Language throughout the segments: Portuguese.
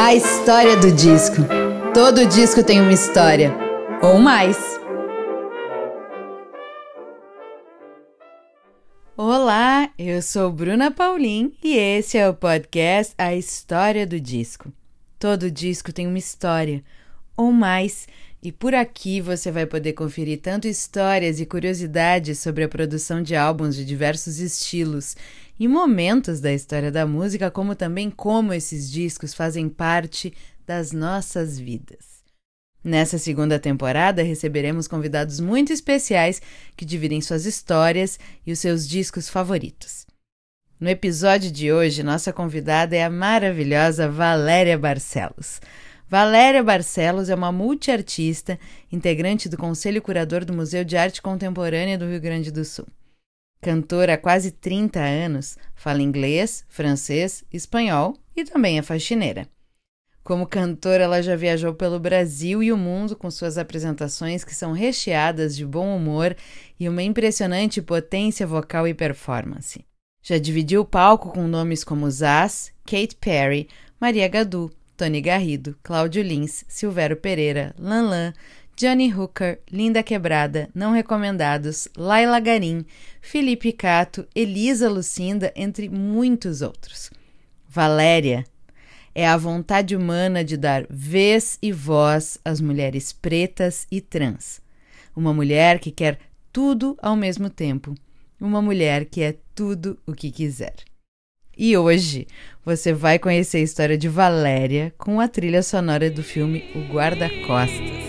A história do disco. Todo disco tem uma história, ou mais. Olá, eu sou Bruna Paulin e esse é o podcast A História do Disco. Todo disco tem uma história, ou mais, e por aqui você vai poder conferir tanto histórias e curiosidades sobre a produção de álbuns de diversos estilos e momentos da história da música, como também como esses discos fazem parte das nossas vidas. Nessa segunda temporada, receberemos convidados muito especiais que dividem suas histórias e os seus discos favoritos. No episódio de hoje, nossa convidada é a maravilhosa Valéria Barcelos. Valéria Barcelos é uma multiartista, integrante do Conselho Curador do Museu de Arte Contemporânea do Rio Grande do Sul. Cantora há quase 30 anos, fala inglês, francês, espanhol e também é faxineira. Como cantora, ela já viajou pelo Brasil e o mundo com suas apresentações que são recheadas de bom humor e uma impressionante potência vocal e performance. Já dividiu o palco com nomes como Zaz, Katy Perry, Maria Gadu, Tony Garrido, Cláudio Lins, Silvério Pereira, Lanlan, Johnny Hooker, Linda Quebrada, Não Recomendados, Laila Garim, Felipe Cato, Elisa Lucinda, entre muitos outros. Valéria é a vontade humana de dar vez e voz às mulheres pretas e trans. Uma mulher que quer tudo ao mesmo tempo. Uma mulher que é tudo o que quiser. E hoje você vai conhecer a história de Valéria com a trilha sonora do filme O Guarda-Costas.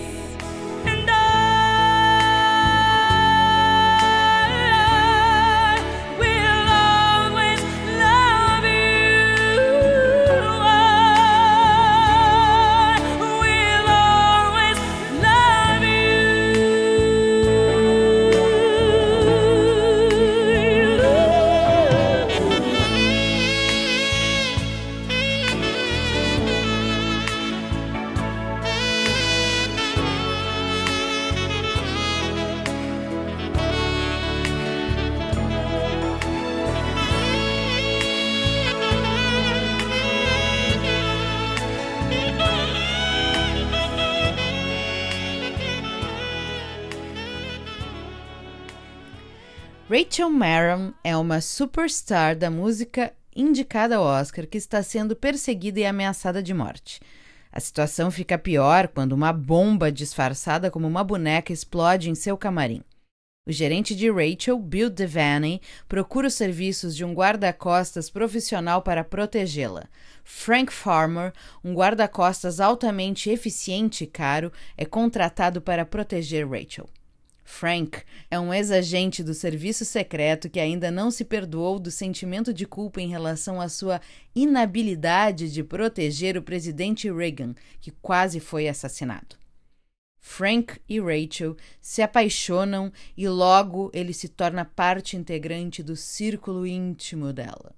Rachel Marron é uma superstar da música indicada ao Oscar que está sendo perseguida e ameaçada de morte. A situação fica pior quando uma bomba disfarçada como uma boneca explode em seu camarim. O gerente de Rachel, Bill Devaney, procura os serviços de um guarda-costas profissional para protegê-la. Frank Farmer, um guarda-costas altamente eficiente e caro, é contratado para proteger Rachel. Frank é um ex-agente do serviço secreto que ainda não se perdoou do sentimento de culpa em relação à sua inabilidade de proteger o presidente Reagan, que quase foi assassinado. Frank e Rachel se apaixonam e logo ele se torna parte integrante do círculo íntimo dela.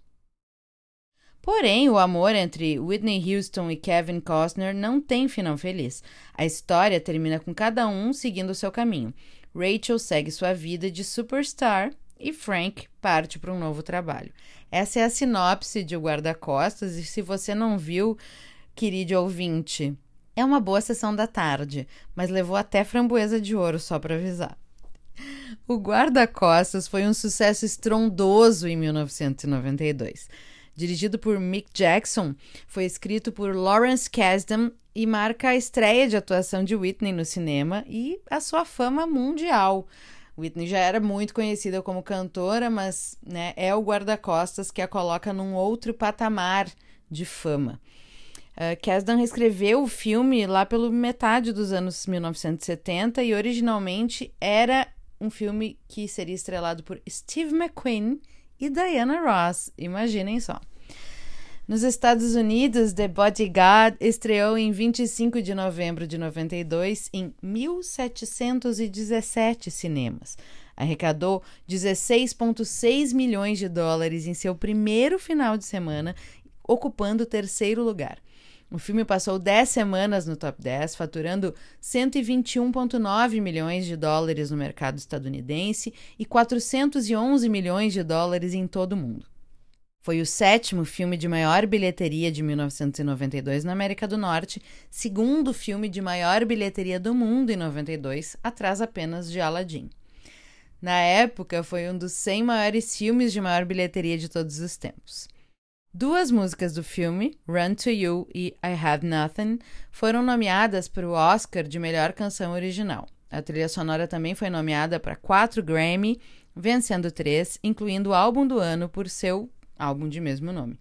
Porém, o amor entre Whitney Houston e Kevin Costner não tem final feliz. A história termina com cada um seguindo o seu caminho. Rachel segue sua vida de superstar e Frank parte para um novo trabalho. Essa é a sinopse de O Guarda-Costas e se você não viu, querido ouvinte, é uma boa sessão da tarde, mas levou até framboesa de ouro só para avisar. O Guarda-Costas foi um sucesso estrondoso em 1992. Dirigido por Mick Jackson, foi escrito por Lawrence Kasdan e marca a estreia de atuação de Whitney no cinema e a sua fama mundial. Whitney já era muito conhecida como cantora, mas é o Guarda-Costas que a coloca num outro patamar de fama. Kasdan reescreveu o filme lá pela metade dos anos 1970 e originalmente era um filme que seria estrelado por Steve McQueen e Diana Ross, imaginem só. Nos Estados Unidos, The Bodyguard estreou em 25 de novembro de 92 em 1.717 cinemas. Arrecadou 16,6 milhões de dólares em seu primeiro final de semana, ocupando o terceiro lugar. O filme passou 10 semanas no top 10, faturando 121,9 milhões de dólares no mercado estadunidense e 411 milhões de dólares em todo o mundo. Foi o 7º filme de maior bilheteria de 1992 na América do Norte, segundo filme de maior bilheteria do mundo em 92, atrás apenas de Aladdin. Na época, foi um dos 100 maiores filmes de maior bilheteria de todos os tempos. 2 músicas do filme, Run to You e I Have Nothing, foram nomeadas para o Oscar de melhor canção original. A trilha sonora também foi nomeada para 4 Grammy, vencendo 3, incluindo o álbum do ano por seu álbum de mesmo nome.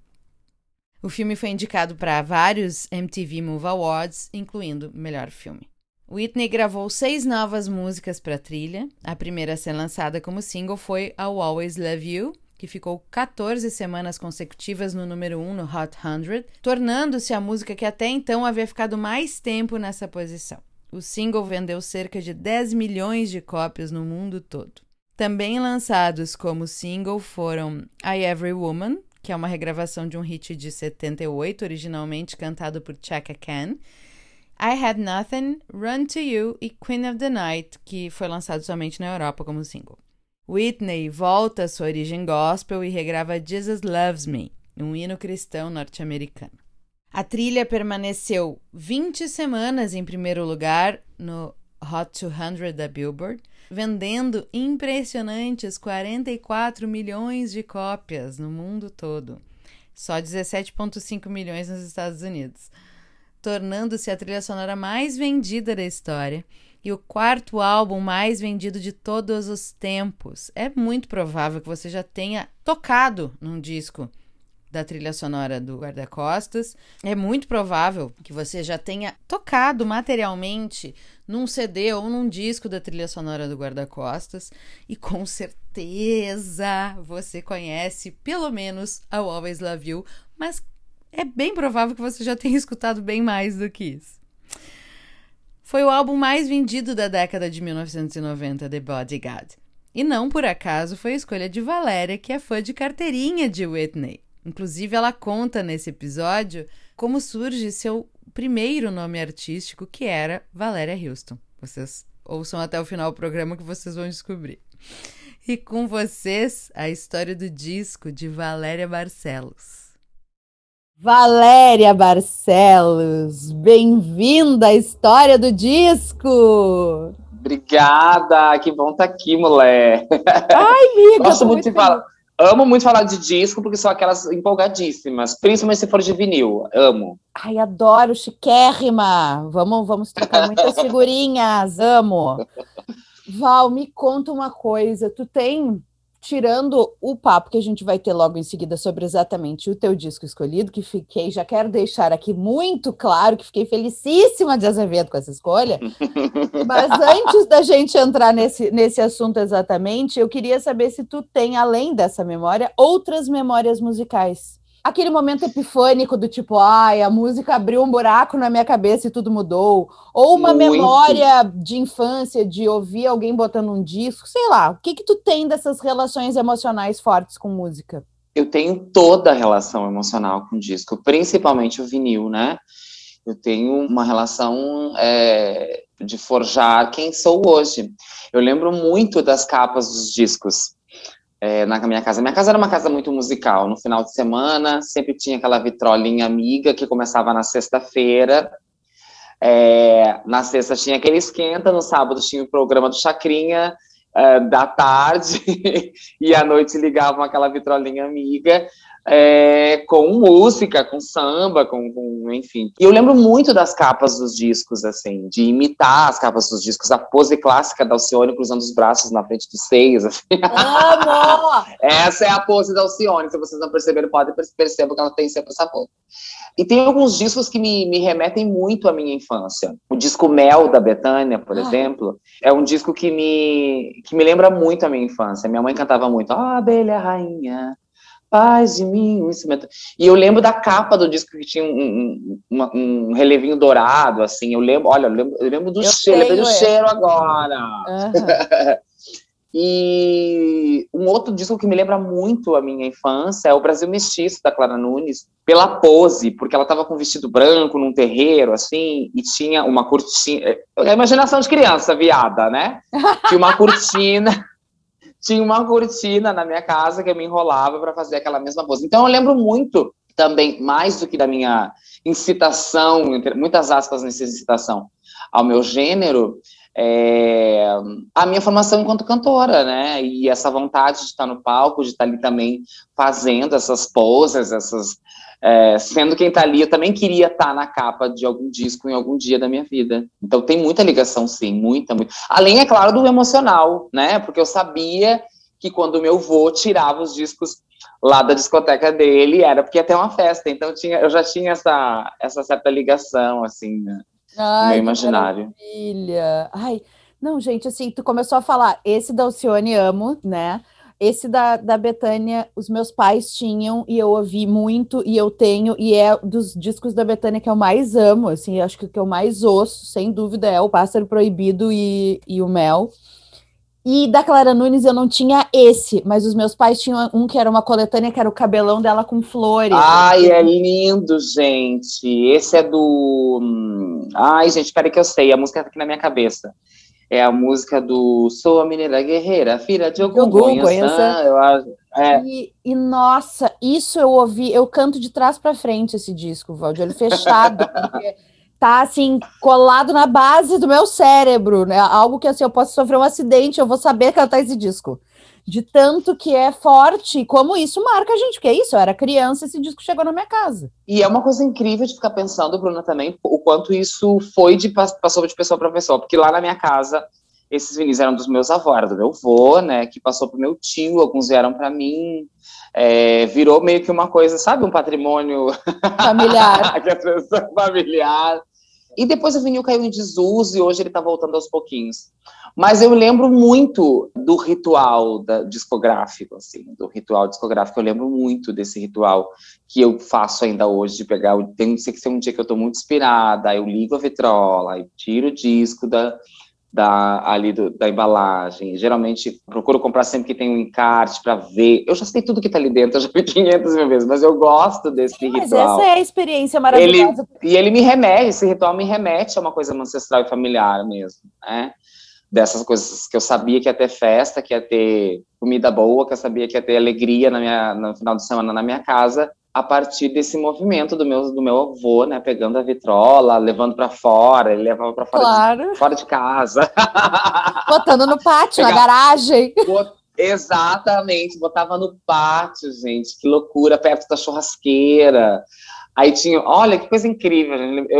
O filme foi indicado para vários MTV Movie Awards, incluindo melhor filme. Whitney gravou 6 novas músicas para a trilha. A primeira a ser lançada como single foi I'll Always Love You, que ficou 14 semanas consecutivas no número 1 no Hot 100, tornando-se a música que até então havia ficado mais tempo nessa posição. O single vendeu cerca de 10 milhões de cópias no mundo todo. Também lançados como single foram I Every Woman, que é uma regravação de um hit de 78, originalmente cantado por Chaka Khan, I Had Nothing, Run to You e Queen of the Night, que foi lançado somente na Europa como single. Whitney volta à sua origem gospel e regrava Jesus Loves Me, um hino cristão norte-americano. A trilha permaneceu 20 semanas em primeiro lugar no Hot 200 da Billboard, vendendo impressionantes 44 milhões de cópias no mundo todo, só 17,5 milhões nos Estados Unidos, tornando-se a trilha sonora mais vendida da história e o 4º álbum mais vendido de todos os tempos. É muito provável que você já tenha tocado num disco da trilha sonora do Guarda-Costas. É muito provável que você já tenha tocado materialmente num CD ou num disco da trilha sonora do Guarda-Costas. E com certeza você conhece pelo menos I'll Always Love You, mas é bem provável que você já tenha escutado bem mais do que isso. Foi o álbum mais vendido da década de 1990, The Bodyguard. E não por acaso foi a escolha de Valéria, que é fã de carteirinha de Whitney. Inclusive, ela conta nesse episódio como surge seu primeiro nome artístico, que era Valéria Houston. Vocês ouçam até o final do programa que vocês vão descobrir. E com vocês, a história do disco de Valéria Barcelos. Valéria Barcelos, bem-vinda à história do disco! Obrigada, que bom estar aqui, mulher. Ai, amiga, Gosto muito de falar. Amo muito falar de disco, porque são aquelas empolgadíssimas, principalmente se for de vinil, amo. Ai, adoro, chiquérrima, vamos trocar muitas figurinhas, amo. Val, me conta uma coisa, tu tem, tirando o papo que a gente vai ter logo em seguida sobre exatamente o teu disco escolhido, que já quero deixar aqui muito claro que fiquei felicíssima de Azevedo com essa escolha, mas antes da gente entrar nesse assunto exatamente, eu queria saber se tu tem, além dessa memória, outras memórias musicais. Aquele momento epifânico do tipo, ai, a música abriu um buraco na minha cabeça e tudo mudou. Ou uma memória de infância, de ouvir alguém botando um disco, sei lá. O que tu tem dessas relações emocionais fortes com música? Eu tenho toda a relação emocional com disco, principalmente o vinil, né? Eu tenho uma relação de forjar quem sou hoje. Eu lembro muito das capas dos discos. Na minha casa. Minha casa era uma casa muito musical. No final de semana, sempre tinha aquela vitrolinha amiga que começava na sexta-feira. Na sexta tinha aquele esquenta, no sábado tinha o programa do Chacrinha, da tarde, e à noite ligavam aquela vitrolinha amiga, com música, com samba, enfim. E eu lembro muito das capas dos discos, assim, de imitar as capas dos discos, a pose clássica da Alcione cruzando os braços na frente dos seios, assim. Amo! Essa é a pose da Alcione, se vocês não perceberam, podem perceber que ela tem sempre essa pose. E tem alguns discos que me remetem muito à minha infância. O disco Mel, da Bethânia, por exemplo, é um disco que me lembra muito a minha infância. Minha mãe cantava muito, abelha rainha, faz de mim um instrumento. E eu lembro da capa do disco que tinha um relevinho dourado, assim. Eu lembro do cheiro, lembrei do cheiro agora. E um outro disco que me lembra muito a minha infância é o Brasil Mestiço, da Clara Nunes, pela pose, porque ela estava com um vestido branco num terreiro, assim, e tinha uma cortina. A imaginação de criança, viada, né? Tinha uma cortina. tinha uma cortina na minha casa que eu me enrolava para fazer aquela mesma pose. Então eu lembro muito também, mais do que da minha incitação, entre muitas aspas nessa incitação, ao meu gênero, a minha formação enquanto cantora, né? E essa vontade de estar no palco, de estar ali também fazendo essas poses, sendo quem está ali, eu também queria estar na capa de algum disco em algum dia da minha vida. Então tem muita ligação, sim, muita. Além, é claro, do emocional, né? Porque eu sabia que quando o meu vô tirava os discos lá da discoteca dele, era porque ia ter uma festa. Então eu já tinha essa certa ligação, assim, né, no meu Ai, que imaginário. maravilha. Ai, não, gente, assim, tu começou a falar, esse da Alcione amo, né? Esse da Bethânia, os meus pais tinham e eu ouvi muito e eu tenho, e é dos discos da Bethânia que eu mais amo, assim, acho que o que eu mais ouço, sem dúvida, é o Pássaro Proibido e o Mel. E da Clara Nunes eu não tinha esse, mas os meus pais tinham um que era uma coletânea, que era o cabelão dela com flores. Ai, é lindo, gente. Esse é do. Ai, gente, peraí que eu sei. A música tá aqui na minha cabeça. É a música do Sou a Menina Guerreira, filha de Ogum, Conheça. eu acho. Nossa, isso eu ouvi, eu canto de trás para frente esse disco, Val, de olho fechado, porque tá assim, colado na base do meu cérebro, né? Algo que assim, eu posso sofrer um acidente, eu vou saber cantar esse disco. De tanto que é forte, como isso marca a gente, porque é isso, eu era criança, esse disco chegou na minha casa. E é uma coisa incrível de ficar pensando, Bruna, também, o quanto isso passou de pessoa para pessoa, porque lá na minha casa, esses vinis eram dos meus avós, era do meu avô, né, que passou pro meu tio, alguns vieram para mim, virou meio que uma coisa, sabe, um patrimônio familiar. familiar. E depois o vinil caiu em desuso e hoje ele tá voltando aos pouquinhos. Mas eu lembro muito do ritual discográfico, assim, do ritual discográfico. Eu lembro muito desse ritual que eu faço ainda hoje, de pegar, tem que ser um dia que eu tô muito inspirada, aí eu ligo a vitrola, aí tiro o disco da embalagem. Geralmente procuro comprar sempre que tem um encarte para ver. Eu já sei tudo que tá ali dentro, eu já vi 500 mil vezes, mas eu gosto desse ritual. Mas essa é a experiência maravilhosa. Ele me remete, esse ritual me remete a uma coisa ancestral e familiar mesmo, né? Dessas coisas que eu sabia que ia ter festa, que ia ter comida boa, que eu sabia que ia ter alegria no final de semana na minha casa, a partir desse movimento do meu avô, né, pegando a vitrola, levando para fora, ele levava para fora, claro. Fora de casa. Botando no pátio, na garagem. Exatamente, botava no pátio, gente, que loucura, perto da churrasqueira. Aí tinha, olha que coisa incrível,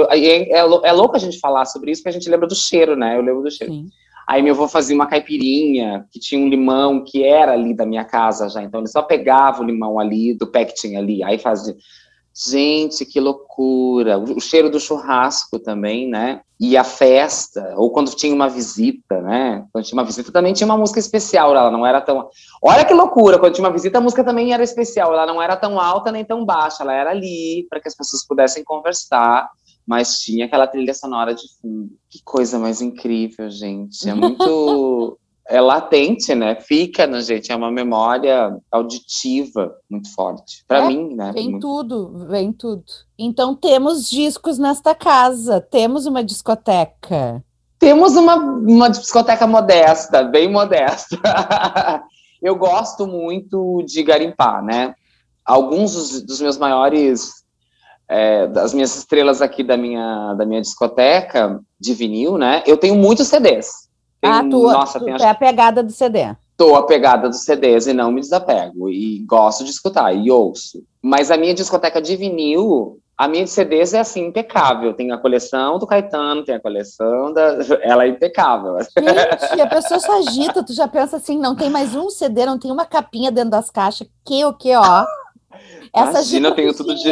é louco a gente falar sobre isso, porque a gente lembra do cheiro, né? Eu lembro do cheiro. Sim. Aí meu avô fazia uma caipirinha, que tinha um limão que era ali da minha casa já, então ele só pegava o limão ali, do pé que tinha ali, aí fazia. Gente, que loucura! O cheiro do churrasco também, né? E a festa, ou quando tinha uma visita, né? Quando tinha uma visita também tinha uma música especial, ela não era tão... Olha que loucura, quando tinha uma visita a música também era especial, ela não era tão alta nem tão baixa, ela era ali para que as pessoas pudessem conversar, mas tinha aquela trilha sonora de fundo. Que coisa mais incrível, gente. É muito... É latente, né? Fica na gente, é uma memória auditiva muito forte. Para mim, né? Vem tudo. Então temos discos nesta casa, temos uma discoteca. Temos uma discoteca modesta, bem modesta. Eu gosto muito de garimpar, né? Alguns dos meus maiores... das minhas estrelas aqui da minha discoteca de vinil, né? Eu tenho muitos CDs. Tu é a pegada do CD. Tô apegada dos CDs e não me desapego. E gosto de escutar, e ouço. Mas a minha discoteca de vinil, a minha de CDs é assim, impecável. Tem a coleção do Caetano, tem a coleção ela é impecável. Gente, a pessoa só agita, tu já pensa assim, não tem mais um CD, não tem uma capinha dentro das caixas. O que, ó? Essa Imagina, eu tenho tudo de...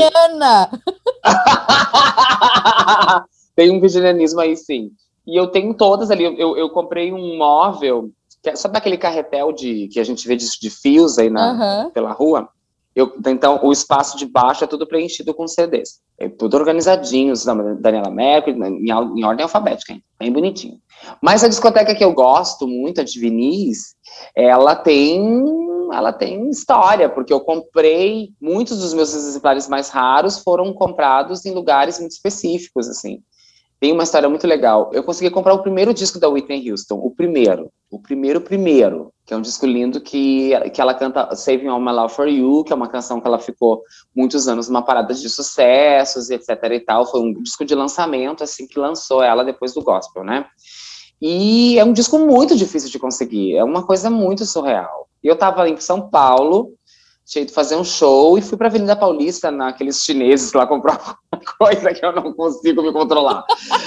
Tem um virginianismo aí, sim. E eu tenho todas ali. Eu comprei um móvel, sabe aquele carretel que a gente vê de fios aí pela rua? Então, o espaço de baixo é tudo preenchido com CDs. É tudo organizadinho, Daniela Mercury, em ordem alfabética, hein? Bem bonitinho. Mas a discoteca que eu gosto muito, a de vinis, ela tem história, porque eu comprei, muitos dos meus exemplares mais raros foram comprados em lugares muito específicos, assim. Tem uma história muito legal. Eu consegui comprar o primeiro disco da Whitney Houston, o primeiro. que é um disco lindo que ela canta Saving All My Love For You, que é uma canção que ela ficou muitos anos numa parada de sucessos, etc e tal. Foi um disco de lançamento, assim, que lançou ela depois do gospel, né? E é um disco muito difícil de conseguir, é uma coisa muito surreal. E eu tava em São Paulo, tinha ido fazer um show e fui pra Avenida Paulista, naqueles chineses lá comprar uma coisa que eu não consigo me controlar.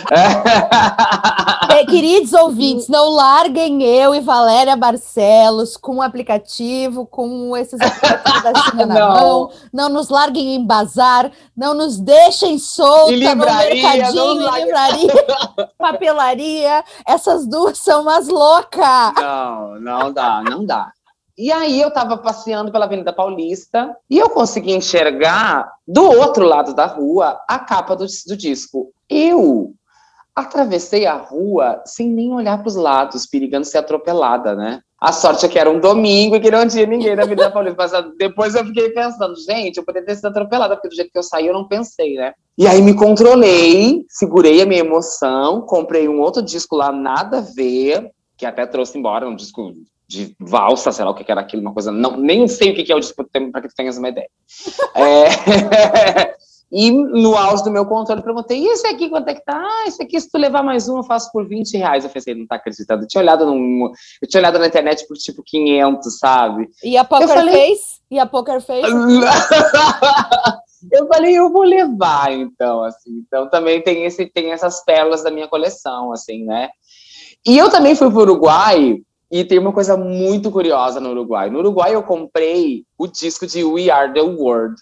Queridos ouvintes, não larguem eu e Valéria Barcelos com o aplicativo, com esses aplicativos da China na mão, não nos larguem em bazar, não nos deixem solta no mercadinho, em livraria, papelaria, essas duas são umas loucas. Não dá. E aí eu tava passeando pela Avenida Paulista e eu consegui enxergar do outro lado da rua a capa do disco. Eu atravessei a rua sem nem olhar para os lados, perigando ser atropelada, né? A sorte é que era um domingo e que não tinha ninguém na Avenida Paulista. Mas depois eu fiquei pensando, gente, eu poderia ter sido atropelada, porque do jeito que eu saí eu não pensei, né? E aí me controlei, segurei a minha emoção, comprei um outro disco lá, nada a ver, que até trouxe embora, um disco de valsa, sei lá o que era aquilo, uma coisa, não, nem sei o que é o disco, para que tu tenhas uma ideia. E no auge do meu controle, perguntei, e esse aqui, quanto é que tá? Esse aqui, se tu levar mais um, eu faço por R$20. Eu pensei, não tá acreditando. Eu tinha olhado na internet por tipo 500, sabe? E a Poker Face? Eu falei, eu vou levar, então, assim. Então, também tem essas pérolas da minha coleção, assim, né? E eu também fui pro Uruguai, e tem uma coisa muito curiosa no Uruguai. No Uruguai, eu comprei o disco de We Are The World.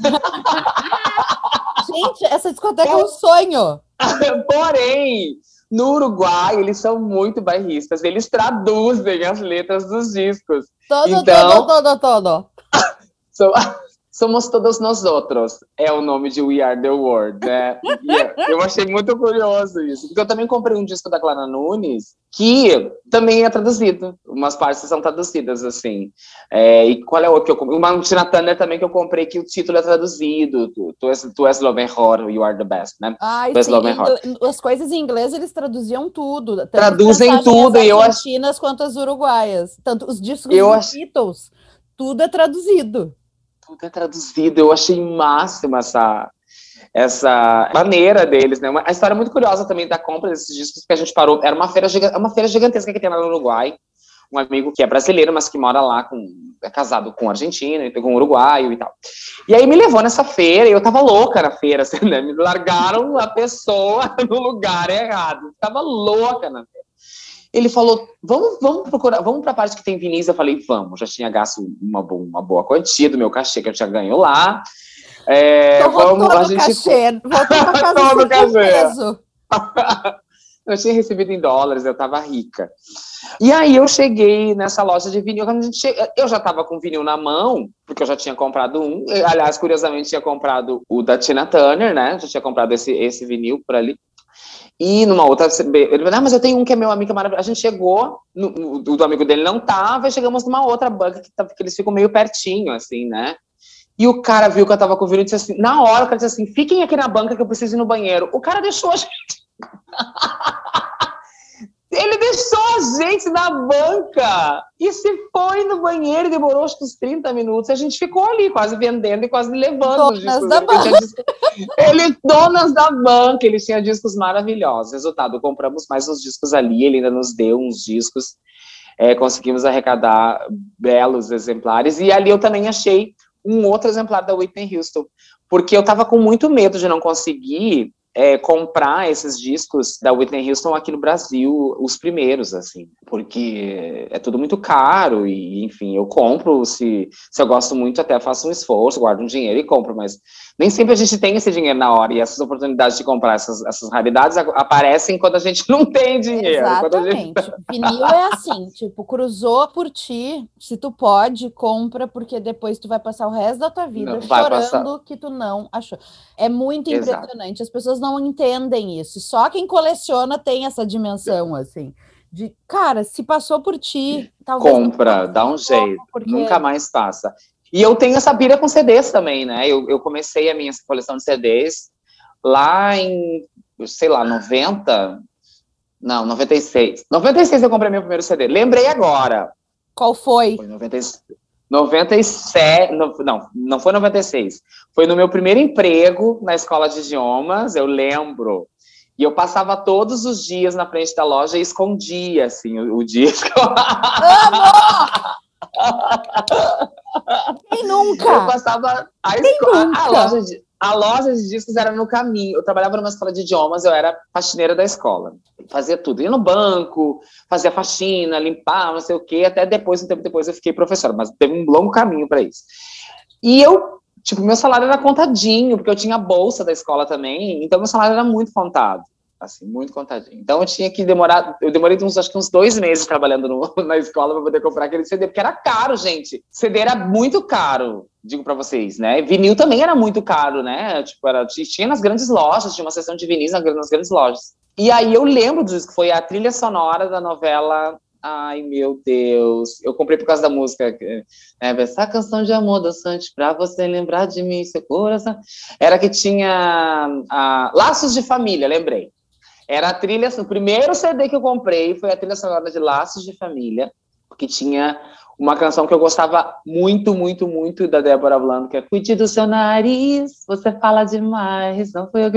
Gente, essa discoteca é um sonho. Porém, no Uruguai, eles são muito bairristas. Eles traduzem as letras dos discos. Todo. Somos todos nós outros, é o nome de We Are The World, né? Eu achei muito curioso isso. Porque eu também comprei um disco da Clara Nunes, que também é traduzido. Umas partes são traduzidas, assim. E qual é o outro que eu comprei? Uma Tina Turner também que eu comprei, que o título é traduzido. Tu és lo mejor, you are the best, né? Tu és lo mejor. As coisas em inglês, eles traduziam tudo. Traduzem tudo. As argentinas quanto as uruguaias. Tanto os discos dos Beatles, tudo é traduzido. Tudo é traduzido, eu achei máxima essa maneira deles, né? A história muito curiosa também da compra desses discos, que a gente parou, era uma feira gigantesca que tem lá no Uruguai, um amigo que é brasileiro, mas que mora lá, é casado com um argentino, e pegou um uruguaio e tal. E aí me levou nessa feira, e eu tava louca na feira, assim, né? Me largaram a pessoa no lugar errado, tava louca na feira. Ele falou, vamos procurar, vamos para a parte que tem Vinícius. Eu falei, vamos, já tinha gasto uma boa quantia do meu cachê que eu tinha ganho lá. Voltou para casa eu tinha recebido em dólares, eu estava rica. E aí eu cheguei nessa loja de vinil, eu já estava com vinil na mão, porque eu já tinha comprado um, aliás, curiosamente, tinha comprado o da Tina Turner, né, já tinha comprado esse vinil por ali. E numa outra, ele falou, mas eu tenho um que é meu amigo, é maravilhoso. A gente chegou, o do amigo dele não tava, e chegamos numa outra banca que eles ficam meio pertinho, assim, né? E o cara viu que eu tava com o vinil e disse assim, na hora o cara disse assim, fiquem aqui na banca que eu preciso ir no banheiro. O cara deixou a gente... Ele deixou a gente na banca e se foi no banheiro e demorou acho que uns 30 minutos. A gente ficou ali quase vendendo e quase levando os discos. Donas da banca, eles tinham discos maravilhosos. Resultado, compramos mais uns discos ali, ele ainda nos deu uns discos. Conseguimos arrecadar belos exemplares. E ali eu também achei um outro exemplar da Whitney Houston, porque eu estava com muito medo de não conseguir comprar esses discos da Whitney Houston aqui no Brasil, os primeiros, assim, porque é tudo muito caro e, enfim, eu compro, se eu gosto muito, até faço um esforço, guardo um dinheiro e compro, mas nem sempre a gente tem esse dinheiro na hora, e essas oportunidades de comprar essas raridades aparecem quando a gente não tem dinheiro. Exatamente. Vinil é assim, tipo, cruzou por ti, se tu pode, compra, porque depois tu vai passar o resto da tua vida chorando que tu não achou. É muito impressionante, as pessoas não entendem isso, só quem coleciona tem essa dimensão, assim, de, cara, se passou por ti, talvez... Compra, dá um jeito, nunca mais passa. E eu tenho essa pira com CDs também, né? Eu comecei a minha coleção de CDs lá em, sei lá, 96. 96 eu comprei meu primeiro CD. Lembrei agora. Qual foi? Foi 97, não foi 96. Foi no meu primeiro emprego na escola de idiomas, eu lembro. E eu passava todos os dias na frente da loja e escondia, assim, o disco. Quem nunca? Eu passava a loja de discos era no caminho. Eu trabalhava numa escola de idiomas, eu era faxineira da escola. Fazia tudo. Ia no banco, fazia faxina, limpava, não sei o quê. Até depois, um tempo depois, eu fiquei professora. Mas teve um longo caminho para isso. E eu, tipo, meu salário era contadinho, porque eu tinha bolsa da escola também. Então, meu salário era muito contado. Assim, muito contadinho. Então, eu demorei acho que uns 2 meses trabalhando na escola para poder comprar aquele CD, porque era caro, gente. CD era muito caro, digo para vocês, né? Vinil também era muito caro, né? Tipo, tinha nas grandes lojas, tinha uma seção de vinis nas grandes lojas. E aí eu lembro disso, que foi a trilha sonora da novela. Ai, meu Deus. Eu comprei por causa da música. Essa canção de amor dançante pra você lembrar de mim, seu coração. Era que tinha Laços de Família, lembrei. Era a trilha, o primeiro CD que eu comprei foi a trilha sonora de Laços de Família, que tinha uma canção que eu gostava muito, muito, muito da Débora Blando, que é Cuide do seu nariz, você fala demais, não foi eu que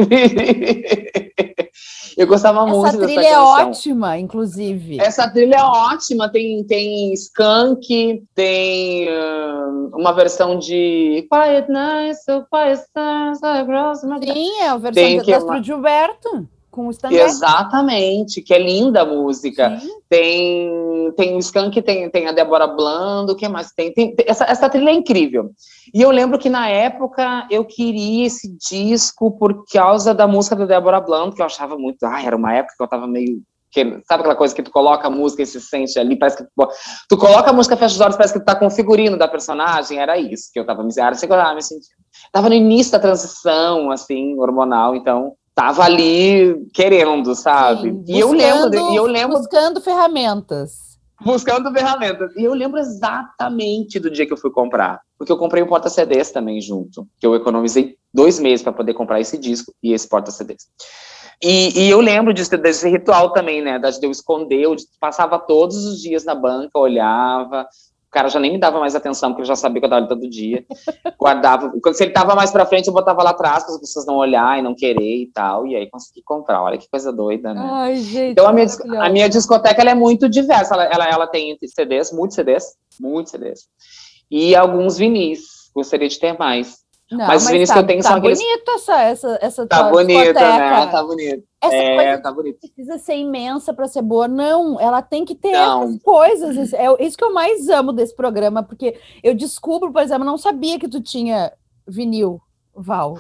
vi. Eu gostava muito dessa canção. Essa trilha é ótima, inclusive. Essa trilha é ótima, tem Skank, tem uma versão de Quiet Night, So Quiet Stars, Sim, é a versão da Astrid Gilberto. Com o exatamente, que é linda a música. Sim. Tem o Skank, tem a Débora Blando, o que mais? Essa trilha é incrível. E eu lembro que na época eu queria esse disco por causa da música da Débora Blando, que eu achava muito. Era uma época que eu tava meio. Sabe aquela coisa que tu coloca a música e se sente ali, parece que tu coloca a música, fecha os olhos, parece que tu tá com o figurino da personagem. Era isso que eu tava me sentindo. Tava no início da transição, assim, hormonal, então tava ali querendo, sabe? Sim, eu lembro buscando ferramentas. Buscando ferramentas. E eu lembro exatamente do dia que eu fui comprar, porque eu comprei um porta-CDs também junto, que eu economizei 2 meses para poder comprar esse disco e esse porta-CDs. E eu lembro desse ritual também, né? De eu esconder, eu passava todos os dias na banca, olhava. O cara já nem me dava mais atenção, porque eu já sabia que eu estava ali todo dia. Guardava. Se ele estava mais pra frente, eu botava lá atrás para as pessoas não olhar e não querer e tal. E aí consegui comprar. Olha que coisa doida, né? Ai, gente. Então a minha discoteca ela é muito diversa. Ela tem CDs, muitos CDs. E alguns vinis. Gostaria de ter mais. Não, mas os vinis que eu tenho são aqueles. Tá bonito essa tá bonita, né? Tá bonito. Essa coisa tá bonito. Precisa ser imensa para ser boa. Não, ela tem que ter essas coisas. É isso que eu mais amo desse programa, porque eu descubro, por exemplo, não sabia que tu tinha vinil, Val.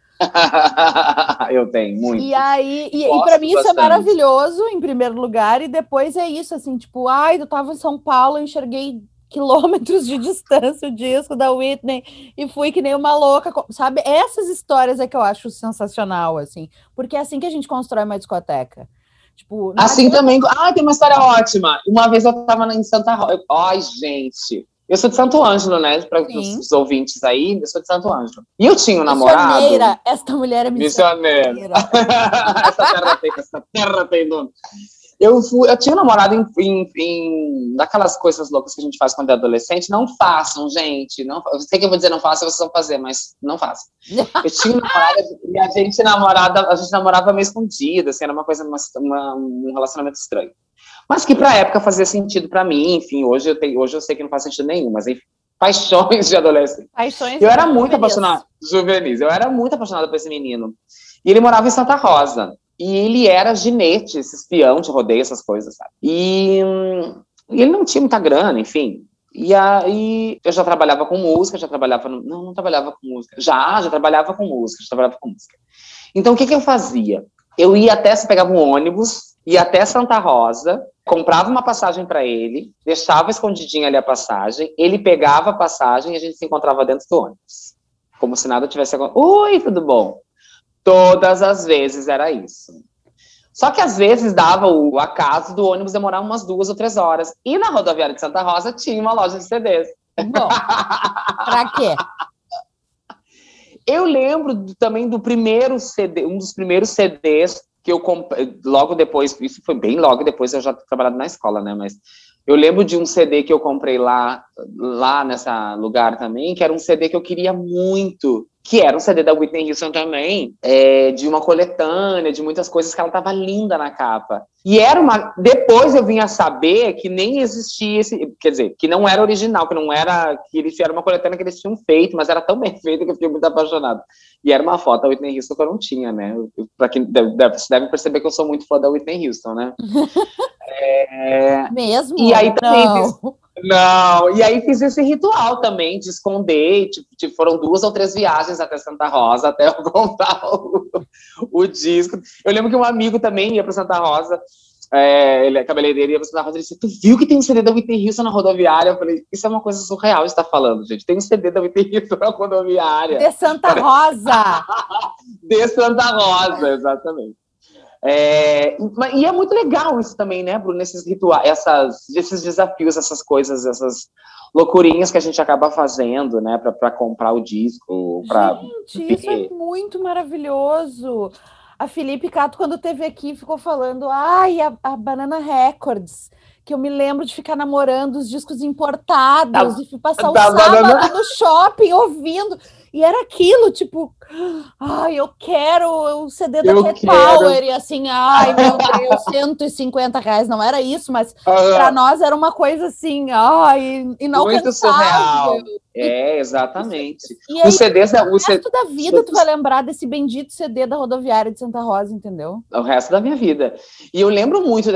Eu tenho muito. E aí, e para mim isso é maravilhoso, em primeiro lugar, e depois é isso, assim, tipo, eu tava em São Paulo, eu enxerguei quilômetros de distância o disco da Whitney e fui que nem uma louca, sabe? Essas histórias é que eu acho sensacional, assim, porque é assim que a gente constrói uma discoteca. Tipo, assim também. Tem uma história ótima. Uma vez eu tava em Santa Rosa. Ai, gente. Eu sou de Santo Ângelo, né? Para os ouvintes aí, eu sou de Santo Ângelo. E eu tinha um namorado. Missioneira. Esta mulher é missioneira. Essa terra tem dono. Eu tinha um namorado daquelas coisas loucas que a gente faz quando é adolescente. Não façam, gente. Não, eu sei que eu vou dizer não façam, vocês vão fazer, mas não façam. Eu tinha um namorado e a gente namorava meio escondido, assim, era uma coisa, um relacionamento estranho. Mas que pra época fazia sentido pra mim, enfim, hoje eu sei que não faz sentido nenhum, mas enfim, paixões de adolescente. Eu era muito apaixonada, juvenis, eu era muito apaixonada por esse menino. E ele morava em Santa Rosa. E ele era ginete, esse espião de rodeio, essas coisas, sabe? E ele não tinha muita grana, enfim. E aí eu já trabalhava com música, não trabalhava com música. Já trabalhava com música, Então o que eu fazia? Eu pegava um ônibus, ia até Santa Rosa, comprava uma passagem para ele, deixava escondidinha ali a passagem, ele pegava a passagem e a gente se encontrava dentro do ônibus. Como se nada tivesse acontecido. Oi, tudo bom? Todas as vezes era isso. Só que às vezes dava o acaso do ônibus demorar umas 2 ou 3 horas. E na rodoviária de Santa Rosa tinha uma loja de CDs. Bom, pra quê? Eu lembro também do primeiro CD, um dos primeiros CDs que eu comprei, logo depois, isso foi bem logo depois, eu já tinha trabalhado na escola, né, mas eu lembro de um CD que eu comprei lá nessa lugar também, que era um CD que eu queria muito, que era um CD da Whitney Houston também, de uma coletânea, de muitas coisas, que ela tava linda na capa. E era uma... Depois eu vim a saber que nem existia esse... Quer dizer, que não era original, que não era... Que eles era uma coletânea que eles tinham feito, mas era tão bem feita que eu fiquei muito apaixonado. E era uma foto da Whitney Houston que eu não tinha, né? Pra quem você deve perceber que eu sou muito fã da Whitney Houston, né? Mesmo? E aí também e aí fiz esse ritual também de esconder, tipo, foram 2 ou 3 viagens até Santa Rosa, até eu comprar o disco. Eu lembro que um amigo também ia para Santa Rosa, ele é cabeleireiro, ia para Santa Rosa, ele disse, tu viu que tem um CD da Whitney Houston na rodoviária? Eu falei, isso é uma coisa surreal de estar falando, gente, tem um CD da Whitney Houston na rodoviária. De Santa Rosa! De Santa Rosa, exatamente. E é muito legal isso também, né, Bruno? Esses rituais, esses desafios, essas coisas, essas loucurinhas que a gente acaba fazendo, né, para comprar o disco. Gente, isso é muito maravilhoso. A Felipe Cato, quando esteve aqui, ficou falando, a Banana Records, que eu me lembro de ficar namorando os discos importados e fui passar o sábado no shopping ouvindo. E era aquilo, tipo, eu quero o CD da Cat Power, e assim, meu Deus, R$150, não era isso, mas para nós era uma coisa assim, inalcançável. Muito surreal. Exatamente. E aí, o resto da vida tu vai lembrar desse bendito CD da rodoviária de Santa Rosa, entendeu? O resto da minha vida. E eu lembro muito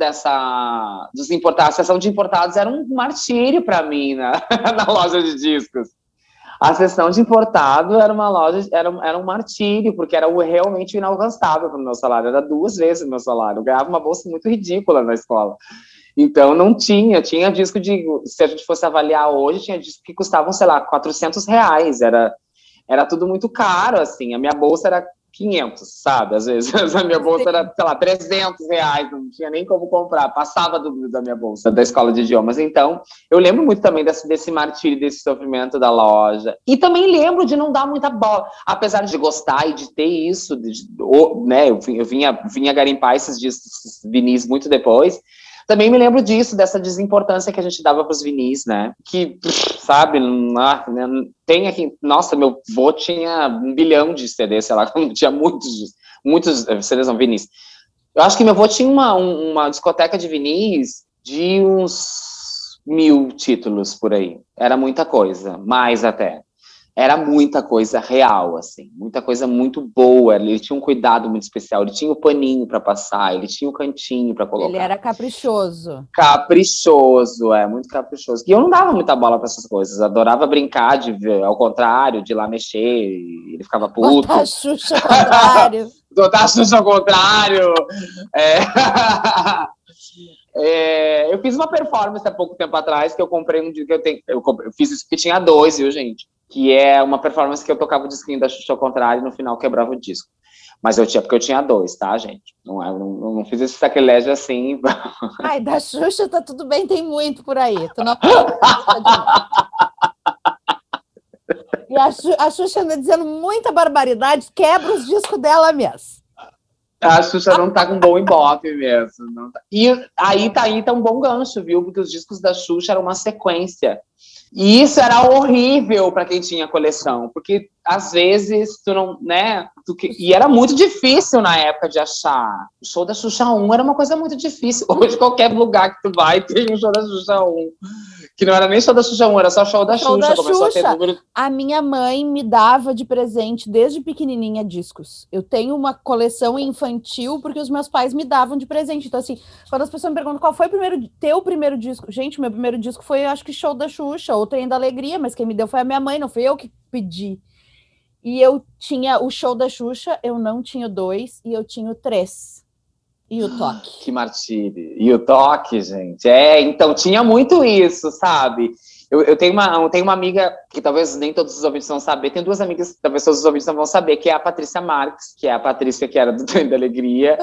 dos importados. A sessão de importados era um martírio para mim na loja de discos. A sessão de importado era uma loja, era um martírio, porque era realmente inalcançável para o meu salário. Era 2 vezes o meu salário. Eu ganhava uma bolsa muito ridícula na escola. Então, não tinha disco se a gente fosse avaliar hoje, tinha disco que custavam, sei lá, R$400. Era tudo muito caro, assim. A minha bolsa era 500, sabe? Às vezes a minha bolsa era, sei lá, R$300, não tinha nem como comprar, passava da minha bolsa da escola de idiomas. Então, eu lembro muito também desse martírio, desse sofrimento da loja. E também lembro de não dar muita bola, apesar de gostar e de ter isso, né? Eu vinha garimpar esses vinis muito depois. Também me lembro disso, dessa desimportância que a gente dava para os vinis, né? Que, sabe, tem aqui... Nossa, meu vô tinha 1 bilhão de CDs, sei lá, tinha muitos CDs, não, vinis. Eu acho que meu vô tinha uma discoteca de vinis de uns 1000 títulos por aí. Era muita coisa, mais até. Era muita coisa real, assim, muita coisa muito boa. Ele tinha um cuidado muito especial, ele tinha o paninho para passar, ele tinha o cantinho para colocar. Ele era caprichoso. Caprichoso, muito caprichoso. E eu não dava muita bola para essas coisas, adorava brincar, ao contrário, de ir lá mexer, ele ficava puto. Botar a Xuxa ao contrário. Botar a Xuxa ao contrário. Eu fiz uma performance há pouco tempo atrás, que eu comprei um disco que eu fiz isso porque tinha 2, viu, gente? Que é uma performance que eu tocava o disquinho da Xuxa ao contrário e no final quebrava o disco. Mas porque eu tinha 2, tá, gente? Não fiz esse sacrilégio assim. Da Xuxa tá tudo bem, tem muito por aí. Tu não... E a Xuxa anda dizendo muita barbaridade, quebra os discos dela mesmo. A Xuxa não tá com bom ibope mesmo. Não tá. E aí tá um bom gancho, viu? Porque os discos da Xuxa eram uma sequência. E isso era horrível para quem tinha coleção, porque às vezes tu não, né? E era muito difícil na época de achar. O show da Xuxa 1 era uma coisa muito difícil. Hoje, qualquer lugar que tu vai, tem um show da Xuxa 1. Que não era nem show da Xuxa 1, era só show da Xuxa. Começou a ter número... A minha mãe me dava de presente, desde pequenininha, discos. Eu tenho uma coleção infantil, porque os meus pais me davam de presente. Então, assim, quando as pessoas me perguntam qual foi teu primeiro disco... Gente, meu primeiro disco foi, acho que, Show da Xuxa, ou Trem da Alegria, mas quem me deu foi a minha mãe, não fui eu que pedi. E eu tinha o Show da Xuxa, eu não tinha 2, e eu tinha o 3. E o toque. Que martírio. E o toque, gente. Então, tinha muito isso, sabe? Eu tenho uma amiga que talvez nem todos os ouvintes vão saber. Tem 2 amigas que talvez todos os ouvintes não vão saber, que é a Patrícia Marques, que é a Patrícia que era do Trem da Alegria.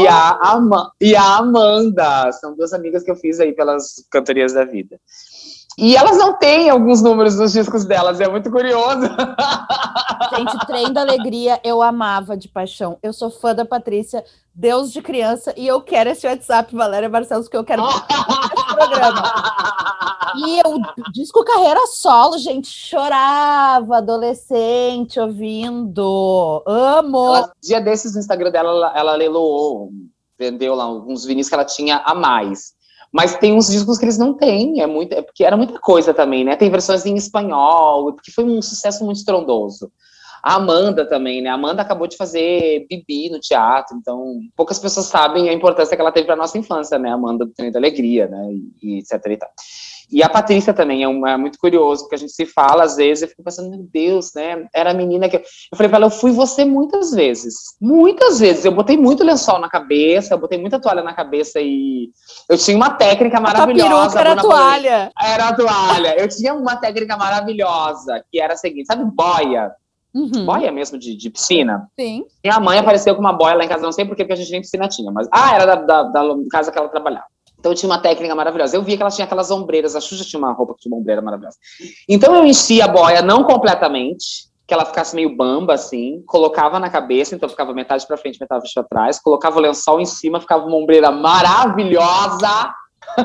E a Amanda. São 2 amigas que eu fiz aí pelas cantorias da vida. E elas não têm alguns números nos discos delas, é muito curioso. Gente, Trem da Alegria eu amava de paixão. Eu sou fã da Patrícia, Deus de criança, e eu quero esse WhatsApp, Valéria Barcelos, que eu quero esse programa. E o disco Carreira Solo, gente, chorava, adolescente, ouvindo. Amo! Dia desses, no Instagram dela, ela leiloou, vendeu lá alguns vinis que ela tinha a mais. Mas tem uns discos que eles não têm, porque era muita coisa também, né? Tem versões em espanhol, porque foi um sucesso muito estrondoso. A Amanda também, né? A Amanda acabou de fazer Bibi no teatro, então poucas pessoas sabem a importância que ela teve para nossa infância, né? A Amanda do Trem da Alegria, né? E etc e tal. E a Patrícia também é muito curioso, porque a gente se fala às vezes, eu fico pensando, meu Deus, né? Era a menina que... Eu falei pra ela, eu fui você muitas vezes. Muitas vezes. Eu botei muito lençol na cabeça, eu botei muita toalha na cabeça e... Eu tinha uma técnica maravilhosa. A peruca era a toalha. Era a toalha. Eu tinha uma técnica maravilhosa, que era a seguinte, sabe boia? Uhum. Boia mesmo de piscina? Sim. Minha mãe apareceu com uma boia lá em casa, não sei por quê, porque a gente nem piscina tinha, mas... era da casa que ela trabalhava. Então eu tinha uma técnica maravilhosa. Eu via que ela tinha aquelas ombreiras, a Xuxa tinha uma roupa que tinha uma ombreira maravilhosa. Então eu enchia a boia, não completamente, que ela ficasse meio bamba, assim, colocava na cabeça, então ficava metade pra frente, metade pra trás, colocava o lençol em cima, ficava uma ombreira maravilhosa,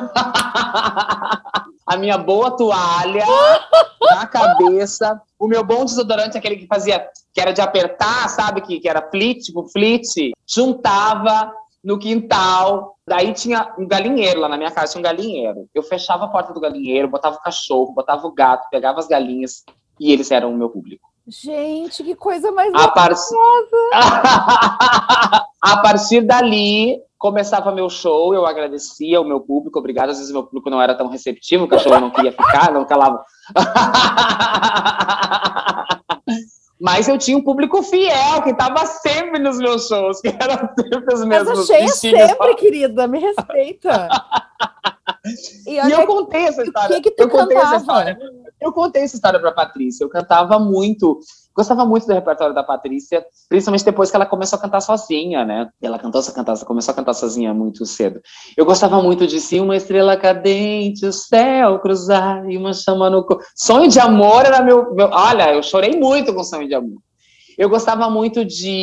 a minha boa toalha na cabeça, o meu bom desodorante, aquele que fazia, que era de apertar, sabe, que era flit, tipo flit, juntava no quintal, daí tinha um galinheiro lá na minha casa, tinha um galinheiro. Eu fechava a porta do galinheiro, botava o cachorro, botava o gato, pegava as galinhas e eles eram o meu público. Gente, que coisa mais A partir dali, começava meu show, eu agradecia o meu público, obrigado. Às vezes o meu público não era tão receptivo, o cachorro não queria ficar, não calava. Mas eu tinha um público fiel, que estava sempre nos meus shows, que eram sempre os mesmos. Mas a cheia sempre, querida, me respeita. E eu contei essa história. O que tu cantava? Eu contei essa história para a Patrícia. Eu cantava muito, gostava muito do repertório da Patrícia, principalmente depois que ela começou a cantar sozinha, né? Ela começou a cantar sozinha muito cedo. Eu gostava muito de Se uma estrela cadente, o céu cruzar e uma chama no... Sonho de Amor era meu... Olha, eu chorei muito com Sonho de Amor. Eu gostava muito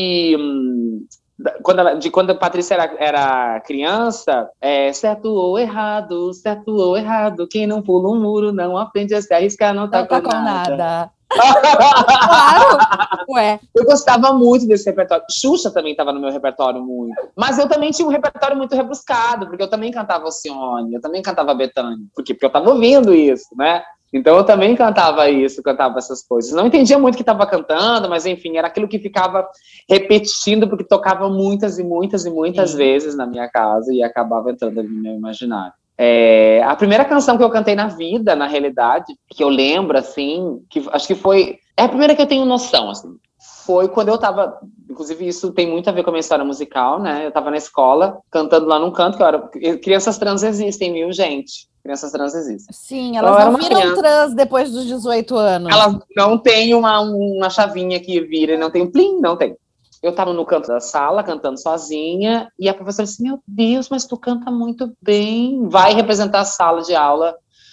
quando a Patrícia era criança, certo ou errado, quem não pula um muro não aprende a se arriscar, não tá com nada. Claro! Ué. Eu gostava muito desse repertório. Xuxa também estava no meu repertório muito. Mas eu também tinha um repertório muito rebuscado, porque eu também cantava Alcione, eu também cantava Bethânia. Por quê? Porque eu estava ouvindo isso, né? Então eu também cantava isso, cantava essas coisas. Não entendia muito o que estava cantando, mas enfim, era aquilo que ficava repetindo, porque tocava muitas e muitas e muitas vezes na minha casa e acabava entrando ali no meu imaginário. A primeira canção que eu cantei na vida, na realidade, que eu lembro, assim, que acho que foi... É a primeira que eu tenho noção, assim. Foi quando eu tava... Inclusive, isso tem muito a ver com a minha história musical, né? Eu tava na escola, cantando lá num canto, que eu era... Crianças trans existem, viu, gente? Crianças trans existem. Sim, elas não viram trans depois dos 18 anos. Elas não têm uma chavinha que vira e não tem plim, não tem. Eu estava no canto da sala, cantando sozinha, e a professora disse, meu Deus, mas tu canta muito bem. Vai representar a sala de aula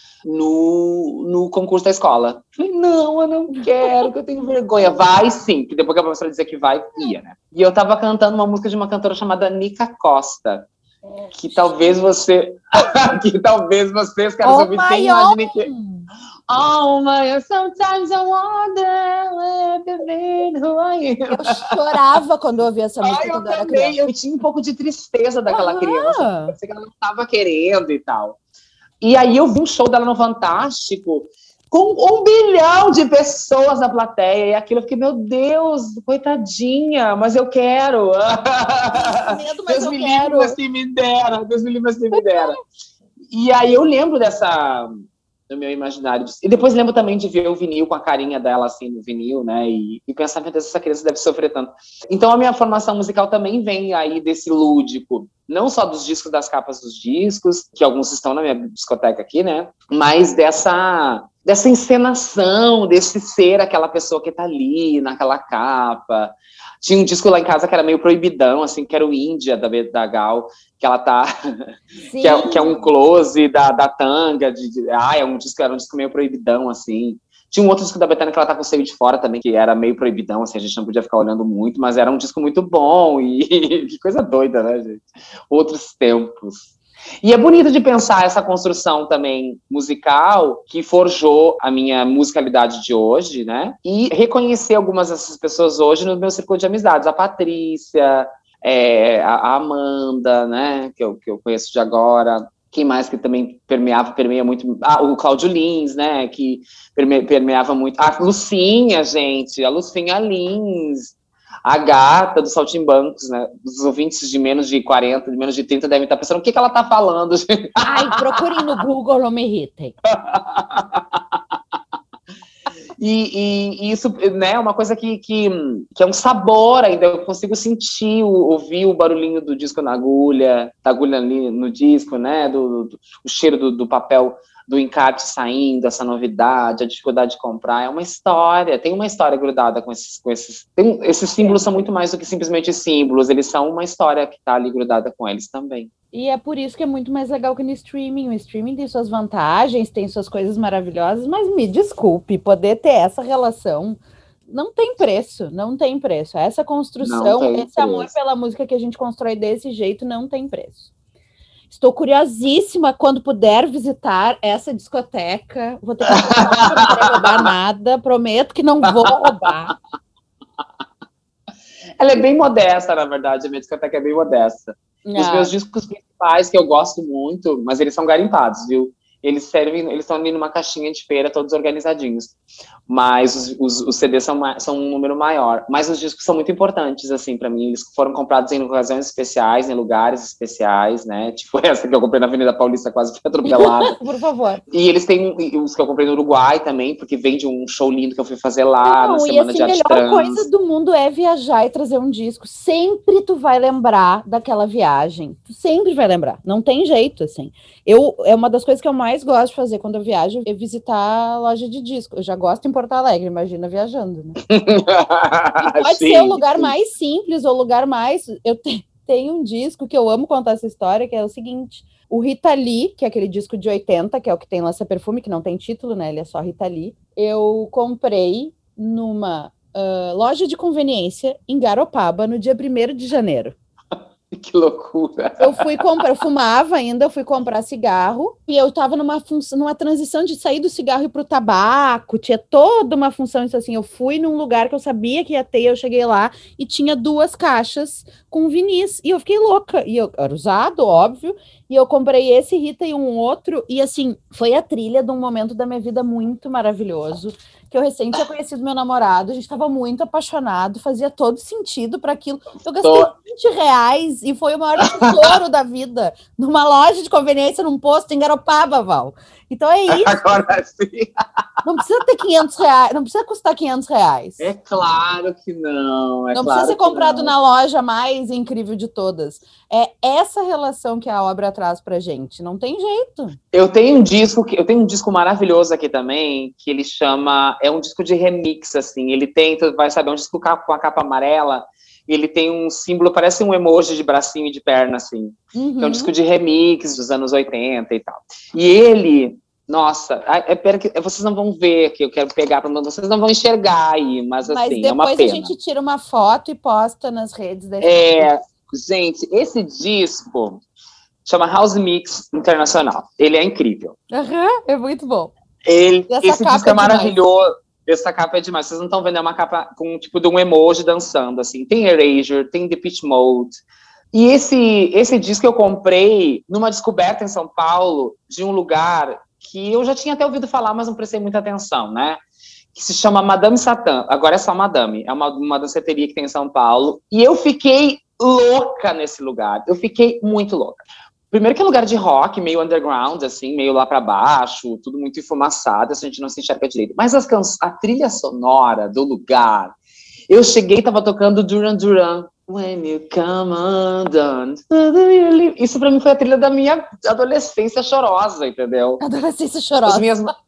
no concurso da escola. Eu falei, não, eu não quero, que eu tenho vergonha. Vai sim, que depois que a professora dizia que vai, ia, né? E eu estava cantando uma música de uma cantora chamada Nica Costa, que talvez vocês queiram ouvir, quem imagine que... Oh my, sometimes I wonder who I am. Eu chorava quando eu ouvia essa música quando eu era criança. Eu tinha um pouco de tristeza daquela criança, parecia que ela não estava querendo e tal. E aí eu vi um show dela no Fantástico, com 1 bilhão de pessoas na plateia, e aquilo eu fiquei, meu Deus, coitadinha, mas eu quero. Medo, mas Deus me livre, mas se me dera. Deus me livre, mas se me dera. E aí eu lembro do meu imaginário. E depois lembro também de ver o vinil com a carinha dela, assim, no vinil, né, e pensar, meu Deus, essa criança deve sofrer tanto. Então a minha formação musical também vem aí desse lúdico, não só dos discos, das capas dos discos, que alguns estão na minha discoteca aqui, né, mas dessa encenação, desse ser aquela pessoa que tá ali, naquela capa, Tinha um disco lá em casa que era meio proibidão, assim, que era o Índia, da Gal, que ela tá... que é um close da tanga, era um disco meio proibidão, assim. Tinha um outro disco da Bethânia que ela tá com o seio de fora também, que era meio proibidão, assim, a gente não podia ficar olhando muito, mas era um disco muito bom, e que coisa doida, né, gente? Outros tempos. E é bonito de pensar essa construção também musical que forjou a minha musicalidade de hoje, né? E reconhecer algumas dessas pessoas hoje no meu círculo de amizades. A Patrícia, a Amanda, né? Que eu conheço de agora. Quem mais que também permeia muito? O Cláudio Lins, né? Que permeava muito. A Lucinha, gente. A Lucinha Lins. A gata dos Saltimbancos, né? Os ouvintes de menos de 40, de menos de 30 devem estar pensando o que ela tá falando, gente. Ai, procurem no Google, não me irritem. E isso, né, é uma coisa que é um sabor ainda. Eu consigo sentir, ouvir o barulhinho do disco na agulha, da agulha ali no disco, né? O cheiro do papel do encarte saindo, essa novidade, a dificuldade de comprar, é uma história, tem uma história grudada com esses esses símbolos são muito mais do que simplesmente símbolos, eles são uma história que está ali grudada com eles também. E é por isso que é muito mais legal que no streaming. O streaming tem suas vantagens, tem suas coisas maravilhosas, mas me desculpe, poder ter essa relação não tem preço, não tem preço. Essa construção, esse amor pela música que a gente constrói desse jeito não tem preço. Estou curiosíssima quando puder visitar essa discoteca. Vou ter que não quero roubar nada. Prometo que não vou roubar. Ela é bem modesta, na verdade. A minha discoteca é bem modesta. Os meus discos principais, que eu gosto muito, mas eles são garimpados, viu? Eles estão ali numa caixinha de feira, todos organizadinhos. Mas os CDs são um número maior. Mas os discos são muito importantes, assim, para mim. Eles foram comprados em ocasiões especiais, em lugares especiais, né? Tipo essa que eu comprei na Avenida Paulista, quase fui atropelada. Por favor. E eles têm os que eu comprei no Uruguai também, porque vem de um show lindo que eu fui fazer lá, na Semana de Arte Trans. A melhor coisa do mundo é viajar e trazer um disco. Sempre tu vai lembrar daquela viagem. Tu sempre vai lembrar. Não tem jeito, assim. É uma das coisas que eu mais gosto de fazer quando eu viajo, é visitar a loja de disco. Eu já gosto em Porto Alegre, imagina viajando, né? E pode ser o lugar mais simples, ou o lugar mais... Eu tenho um disco que eu amo contar essa história, que é o seguinte: o Rita Lee, que é aquele disco de 80, que é o que tem Lança Perfume, que não tem título, né? Ele é só Rita Lee. Eu comprei numa loja de conveniência em Garopaba, no dia 1º de janeiro. Que loucura. Eu fumava ainda, eu fui comprar cigarro, e eu tava numa transição de sair do cigarro e pro tabaco, tinha toda uma função, isso assim, eu fui num lugar que eu sabia que ia ter, eu cheguei lá e tinha 2 caixas com vinis, e eu fiquei louca, e eu era usado, óbvio, e eu comprei esse Rita e um outro, e assim, foi a trilha de um momento da minha vida muito maravilhoso, que eu recém tinha conhecido meu namorado, a gente estava muito apaixonado, fazia todo sentido para aquilo. Eu gastei R$20 e foi o maior tesouro da vida, numa loja de conveniência, num posto em Garopaba, Val. Então é isso. Agora sim. Não precisa ter R$500, não precisa custar R$500. É claro que não. Não precisa ser comprado na loja mais incrível de todas. É essa relação que a obra traz pra gente. Não tem jeito. Eu tenho um disco maravilhoso aqui também, que ele chama... É um disco de remix, assim. Ele tem, tu vai saber, um disco com a capa amarela. E ele tem um símbolo, parece um emoji de bracinho e de perna, assim. Uhum. Que é um disco de remix dos anos 80 e tal. E ele... Nossa, pera que vocês não vão ver, que eu quero pegar para vocês não vão enxergar aí, mas assim, é uma pena. Mas depois a gente tira uma foto e posta nas redes da gente, esse disco chama House Mix Internacional. Ele é incrível. É muito bom. Esse disco é maravilhoso. Essa capa é demais. Vocês não estão vendo, é uma capa com tipo de um emoji dançando, assim. Tem Erasure, tem Depeche Mode. E esse disco eu comprei numa descoberta em São Paulo de um lugar que eu já tinha até ouvido falar, mas não prestei muita atenção, né? Que se chama Madame Satã. Agora é só Madame. É uma danceteria que tem em São Paulo. E eu fiquei louca nesse lugar. Eu fiquei muito louca. Primeiro que é lugar de rock, meio underground, assim, meio lá pra baixo, tudo muito enfumaçado, a gente não se enxerga direito. Mas a trilha sonora do lugar... Eu cheguei e tava tocando Duran Duran. When you come undone. Isso pra mim foi a trilha da minha adolescência chorosa, entendeu? Adolescência chorosa.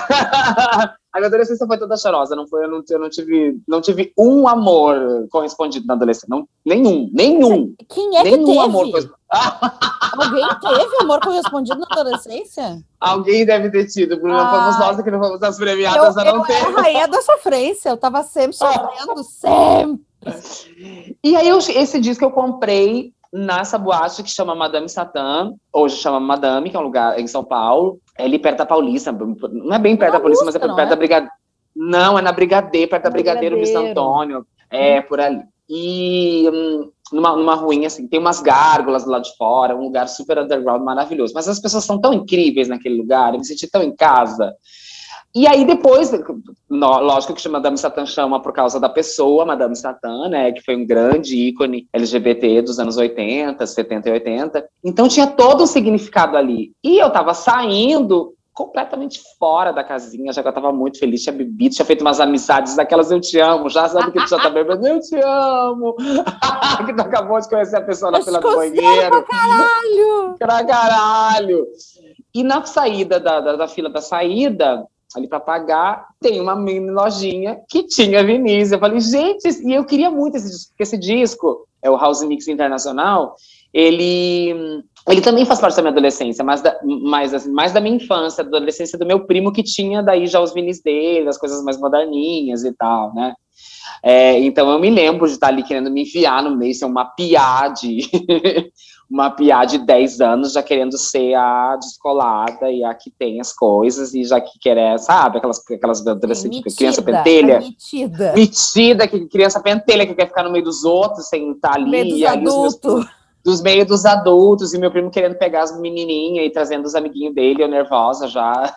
A minha adolescência foi toda chorosa, eu não tive um amor correspondido na adolescência, nenhum. Quem é que nenhum teve? Amor Alguém teve amor correspondido na adolescência? Alguém deve ter tido, Bruna. Fomos nós que não fomos as premiadas a não ter. Eu era a rainha da sofrência, eu tava sempre sofrendo, sempre. E aí, esse disco eu comprei nessa boate que chama Madame Satã, hoje chama Madame, que é um lugar em São Paulo, é ali perto da Paulista, não é bem perto da Paulista, mas é perto da Brigadeiro. Não, é na Brigadeiro, perto da Brigadeiro de Santo Antônio, por ali. E numa ruinha, assim, tem umas gárgulas do lado de fora, um lugar super underground, maravilhoso. Mas as pessoas são tão incríveis naquele lugar, eu me senti tão em casa. E aí depois, lógico que Madame Satã chama por causa da pessoa, Madame Satã, né, que foi um grande ícone LGBT dos anos 80, 70 e 80. Então tinha todo um significado ali. E eu tava saindo completamente fora da casinha, já que eu tava muito feliz, tinha bebido, tinha feito umas amizades daquelas eu te amo, já sabe que tu já tá bebendo, eu te amo, que tu acabou de conhecer a pessoa na fila do banheiro. Pra caralho! E na saída da fila da saída, ali pra pagar, tem uma mini lojinha que tinha Vinícius. Eu falei, gente, e eu queria muito esse disco, porque esse disco, é o House Mix Internacional, ele também faz parte da minha adolescência, mais da minha infância, da adolescência do meu primo, que tinha daí já os vinis dele, as coisas mais moderninhas e tal, né? Então eu me lembro de estar ali querendo me enfiar no meio, ser uma piá uma piá de 10 anos, já querendo ser a descolada e a que tem as coisas, e já que quer, sabe, aquelas adolescentes, criança pentelha. Metida, que criança pentelha, que quer ficar no meio dos outros, sem estar ali. Meio dos adultos. Dos meios dos adultos, e meu primo querendo pegar as menininhas e trazendo os amiguinhos dele, eu nervosa já.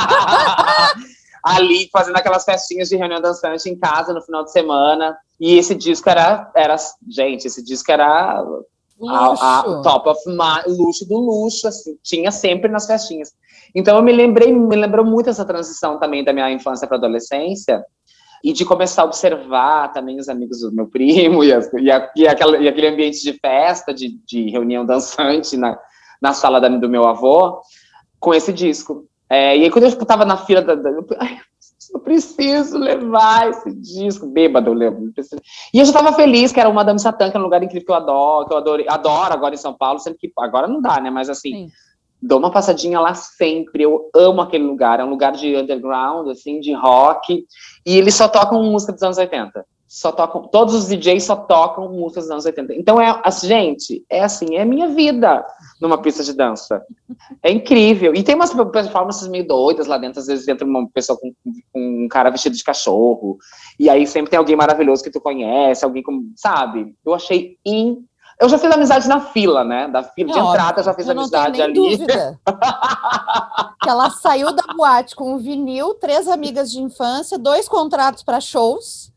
Ali, fazendo aquelas festinhas de reunião dançante em casa no final de semana. E esse disco era gente, esse disco era a top of mind, luxo do luxo, assim, tinha sempre nas festinhas. Então me lembrou muito essa transição também da minha infância para adolescência, e de começar a observar também os amigos do meu primo e aquele ambiente de festa, de reunião dançante na sala do meu avô, com esse disco. E aí, quando eu estava na fila eu preciso levar esse disco, bêbado, eu lembro. E eu já estava feliz, que era o Madame Satã, que é um lugar incrível que eu adoro agora em São Paulo, sempre que agora não dá, né, mas assim, sim, dou uma passadinha lá sempre, eu amo aquele lugar, é um lugar de underground, assim, de rock, e eles só tocam música dos anos 80. Todos os DJs só tocam músicas dos anos 80. Então, gente, é a minha vida numa pista de dança. É incrível. E tem umas performances meio doidas lá dentro, às vezes entra uma pessoa com um cara vestido de cachorro, e aí sempre tem alguém maravilhoso que tu conhece, alguém como, sabe? Eu achei Eu já fiz amizade na fila, né? Da fila de entrada, já fiz amizade ali. Não tenho nem dúvida. Que ela saiu da boate com um vinil, 3 amigas de infância, 2 contratos para shows.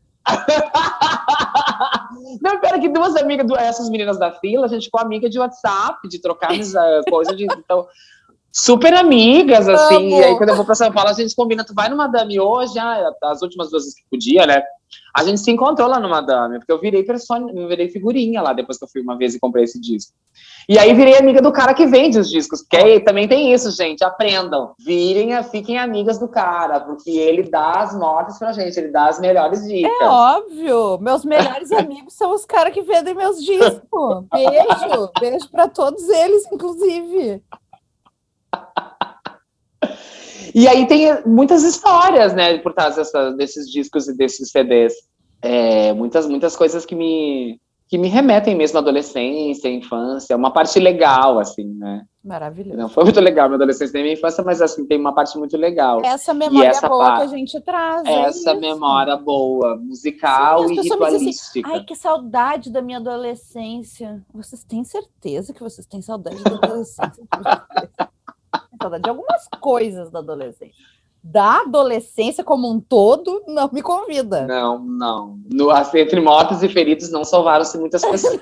Não, pera, que 2 amigas, essas meninas da fila, a gente ficou amiga de WhatsApp, de trocar coisa de... Então, super amigas, assim. Amo. E aí, quando eu vou pra São Paulo, a gente combina, tu vai no Madame hoje, as últimas 2 vezes que podia, né? A gente se encontrou lá no Madame, porque eu virei figurinha lá, depois que eu fui uma vez e comprei esse disco. E aí virei amiga do cara que vende os discos, porque aí também tem isso, gente, aprendam. Fiquem amigas do cara, porque ele dá as notas pra gente, ele dá as melhores dicas. É óbvio, meus melhores amigos são os caras que vendem meus discos. Beijo pra todos eles, inclusive. E aí tem muitas histórias, né, por trás desses discos e desses CDs. Muitas coisas que me remetem mesmo à adolescência, à infância. Uma parte legal, assim, né? Maravilhoso. Não foi muito legal minha adolescência nem minha infância, mas, assim, tem uma parte muito legal. Essa memória boa que a gente traz. Essa memória boa, musical. Sim, e ritualística. Assim, ai, que saudade da minha adolescência. Vocês têm certeza que vocês têm saudade da adolescência? Saudade de algumas coisas da adolescência. Da adolescência como um todo, não me convida. Não. Entre mortos e feridos não salvaram-se muitas pessoas.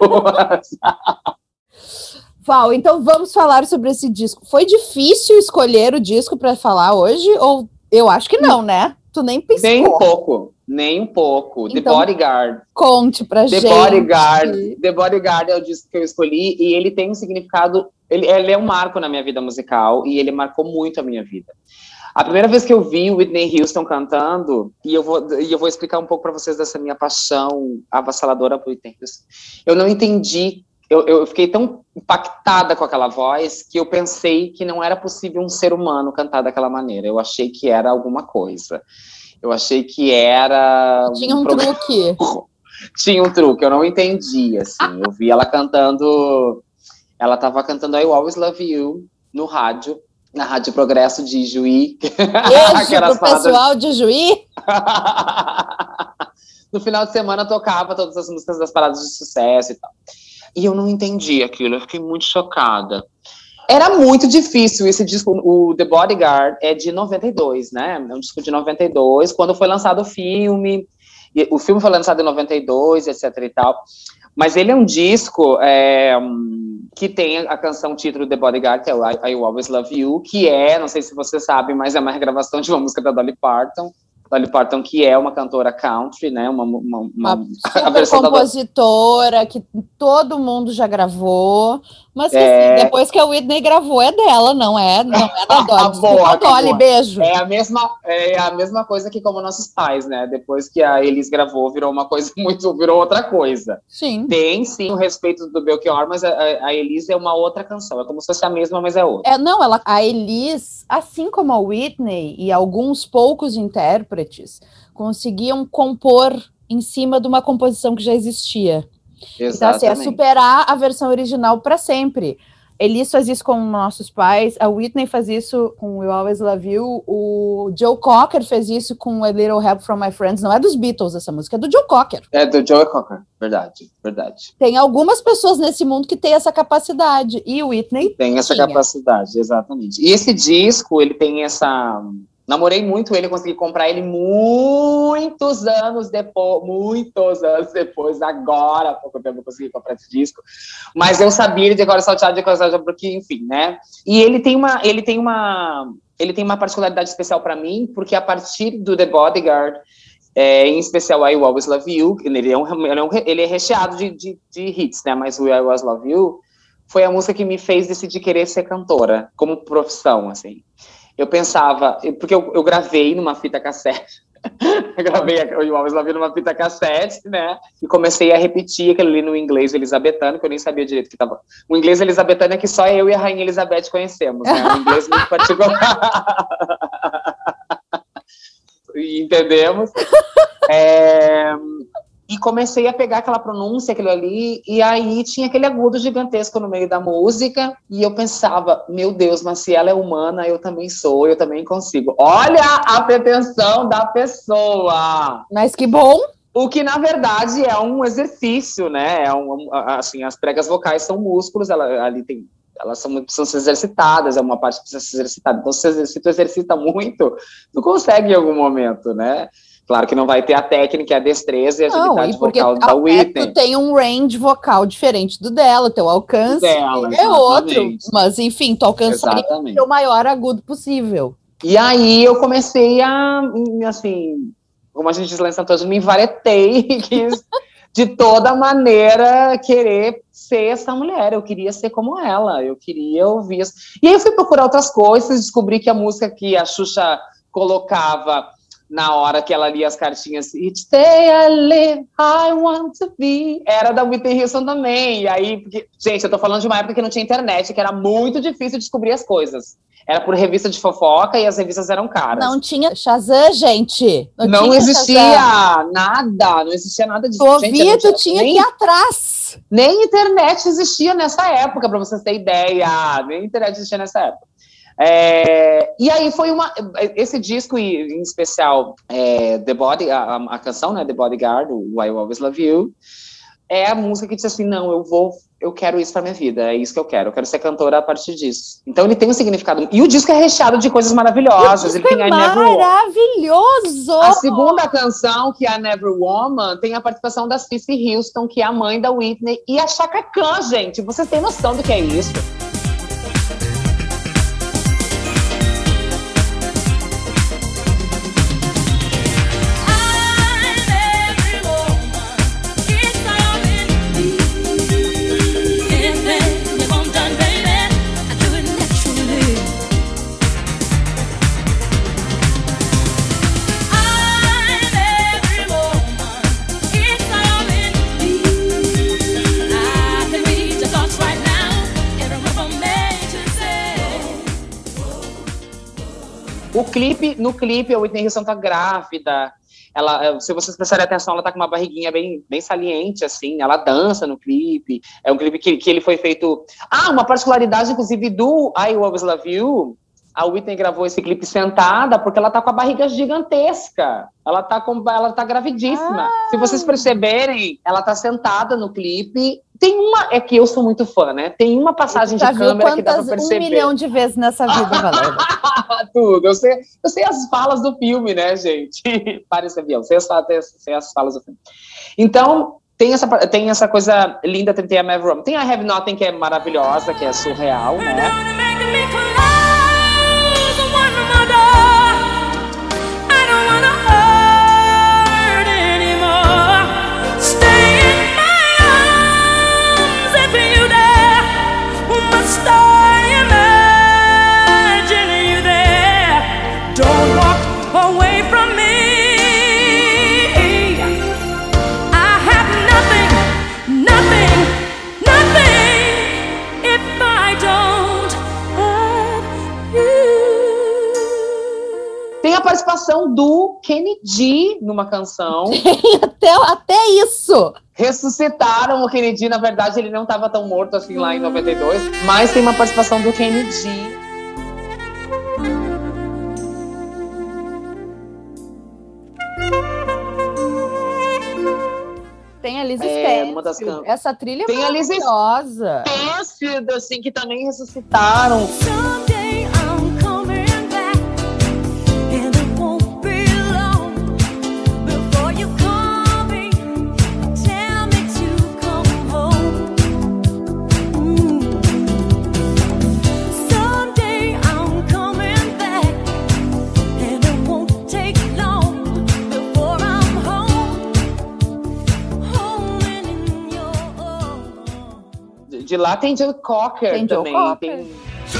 Val, então vamos falar sobre esse disco. Foi difícil escolher o disco para falar hoje? Ou eu acho que não, né? Tu nem pensou. Nem um pouco. Então, The Bodyguard. Conte pra gente. The Bodyguard é o disco que eu escolhi e ele tem um significado... Ele é um marco na minha vida musical e ele marcou muito a minha vida. A primeira vez que eu vi Whitney Houston cantando, e eu vou explicar um pouco para vocês dessa minha paixão avassaladora por Whitney Houston, eu não entendi, eu fiquei tão impactada com aquela voz que eu pensei que não era possível um ser humano cantar daquela maneira. Eu achei que era alguma coisa. Eu achei que era... Tinha um truque. Tinha um truque, eu não entendi, assim. Eu vi ela cantando... Ela estava cantando I Will Always Love You no rádio, na Rádio Progresso de Juí. Beijo pro pessoal de Juí. No final de semana tocava todas as músicas das paradas de sucesso e tal. E eu não entendi aquilo, eu fiquei muito chocada. Era muito difícil esse disco, o The Bodyguard é de 92, né? É um disco de 92, quando foi lançado o filme. O filme foi lançado em 92, etc e tal. Mas ele é um disco que tem a canção título The Bodyguard, que é I Will Always Love You, que é, não sei se você sabe, mas é uma regravação de uma música da Dolly Parton. Dolly Parton, que é uma cantora country, né? Uma super compositora, que todo mundo já gravou. Mas que, assim, depois que a Whitney gravou, é dela, não é da Dolly. Boa, Dolly, beijo. É a mesma coisa que Como Nossos Pais, né? Depois que a Elis gravou, virou outra coisa. Sim. Tem, sim, o respeito do Belchior, mas a Elis é uma outra canção. É como se fosse a mesma, mas é outra. A Elis, assim como a Whitney e alguns poucos intérpretes, conseguiam compor em cima de uma composição que já existia. Exatamente. Então, assim, é superar a versão original para sempre. Elis faz isso com Nossos Pais, a Whitney faz isso com Will Always Love You, o Joe Cocker fez isso com A Little Help From My Friends. Não é dos Beatles essa música, é do Joe Cocker. É do Joe Cocker, verdade. Tem algumas pessoas nesse mundo que têm essa capacidade, e o Whitney tem essa capacidade, exatamente. E esse disco, ele tem essa... Namorei muito ele, consegui comprar ele muitos anos depois, agora, há pouco tempo eu consegui comprar esse disco, mas eu sabia ele de cor salteado, porque, enfim, né, e ele tem uma particularidade especial para mim, porque a partir do The Bodyguard, em especial I Will Always Love You, ele é recheado de hits, né, mas o I Will Always Love You foi a música que me fez decidir querer ser cantora, como profissão, assim. Eu pensava, porque eu gravei numa fita cassete, eu gravei o You Always Love You numa fita cassete, né, e comecei a repetir aquilo ali no inglês elisabetano, que eu nem sabia direito que tava... O inglês elisabetano é que só eu e a Rainha Elizabeth conhecemos, né, o inglês muito particular. Entendemos? E comecei a pegar aquela pronúncia, aquilo ali, e aí tinha aquele agudo gigantesco no meio da música, e eu pensava, meu Deus, mas se ela é humana, eu também sou, eu também consigo. Olha a pretensão da pessoa! Mas que bom! O que, na verdade, é um exercício, né? Assim, as pregas vocais são músculos, elas precisam ser exercitadas, é uma parte que precisa ser exercitada. Então, se tu exercita muito, tu consegue em algum momento, né? Claro que não vai ter a técnica, a destreza e a agilidade vocal da Whitney. Tu tem um range vocal diferente do dela, teu alcance é outro. Mas, enfim, tu alcançaria o teu maior agudo possível. E aí eu comecei a, assim, como a gente diz lá em Santo Ângelo, me envaretei e quis, de toda maneira, querer ser essa mulher. Eu queria ser como ela, eu queria ouvir isso. E aí eu fui procurar outras coisas, descobri que a música que a Xuxa colocava na hora que ela lia as cartinhas, Each day I live, I want to be, era da Whitney Houston também. E aí, porque, gente, eu tô falando de uma época que não tinha internet, que era muito difícil descobrir as coisas. Era por revista de fofoca e as revistas eram caras. Não tinha Shazam, gente. Não existia nada, não existia nada disso. Tu tinha que ir atrás. Nem internet existia nessa época, pra vocês terem ideia. Nem internet existia nessa época. E aí foi esse disco, em especial, a canção, né, The Bodyguard, o I Will Always Love You, é a música que diz assim, não, eu quero isso pra minha vida, é isso que eu quero ser cantora a partir disso. Então ele tem um significado, e o disco é recheado de coisas maravilhosas. O disco ele tem maravilhoso! A segunda canção, que é a Never Woman, tem a participação da Cissy Houston, que é a mãe da Whitney, e a Chaka Khan, gente, vocês têm noção do que é isso? No clipe, a Whitney Houston tá grávida. Ela, se vocês prestarem atenção, ela tá com uma barriguinha bem, bem saliente, assim. Ela dança no clipe. É um clipe que ele foi feito... uma particularidade, inclusive, do I Will Always Love You. A Whitney gravou esse clipe sentada porque ela tá com a barriga gigantesca. Ela tá gravidíssima. Se vocês perceberem, ela tá sentada no clipe. Tem uma... É que eu sou muito fã, né? Tem uma passagem de câmera que dá pra perceber. 1 milhão de vezes nessa vida, Valéria. Tudo. Eu sei as falas do filme, né, gente? Para esse avião. Sei as falas do filme. Então, tem essa coisa linda, tem a Mav Rom. Tem a Have Nothing, que é maravilhosa, que é surreal, né? Tem a participação do Kenny G numa canção. até isso! Ressuscitaram o Kenny G, na verdade ele não estava tão morto assim lá em 92, mas tem uma participação do Kenny G. Tem a Liz Stansfield. Essa trilha é maravilhosa. Tem a Liz Stansfield, assim, que também ressuscitaram. De lá tem Joe Cocker também. Joe Cocker. Tem...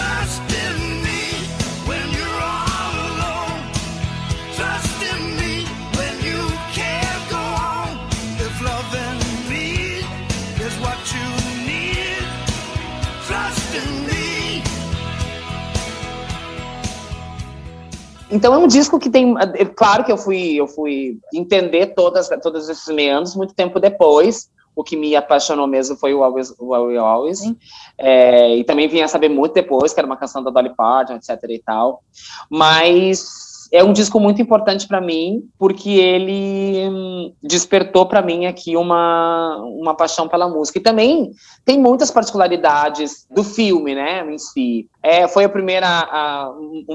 Então é um disco que tem... Claro que eu fui entender todos esses meandros muito tempo depois. O que me apaixonou mesmo foi o Always. E também vim a saber muito depois, que era uma canção da Dolly Parton, etc. e tal. Mas é um disco muito importante para mim, porque ele despertou para mim aqui uma paixão pela música. E também tem muitas particularidades do filme, né, em si. Foi a primeira...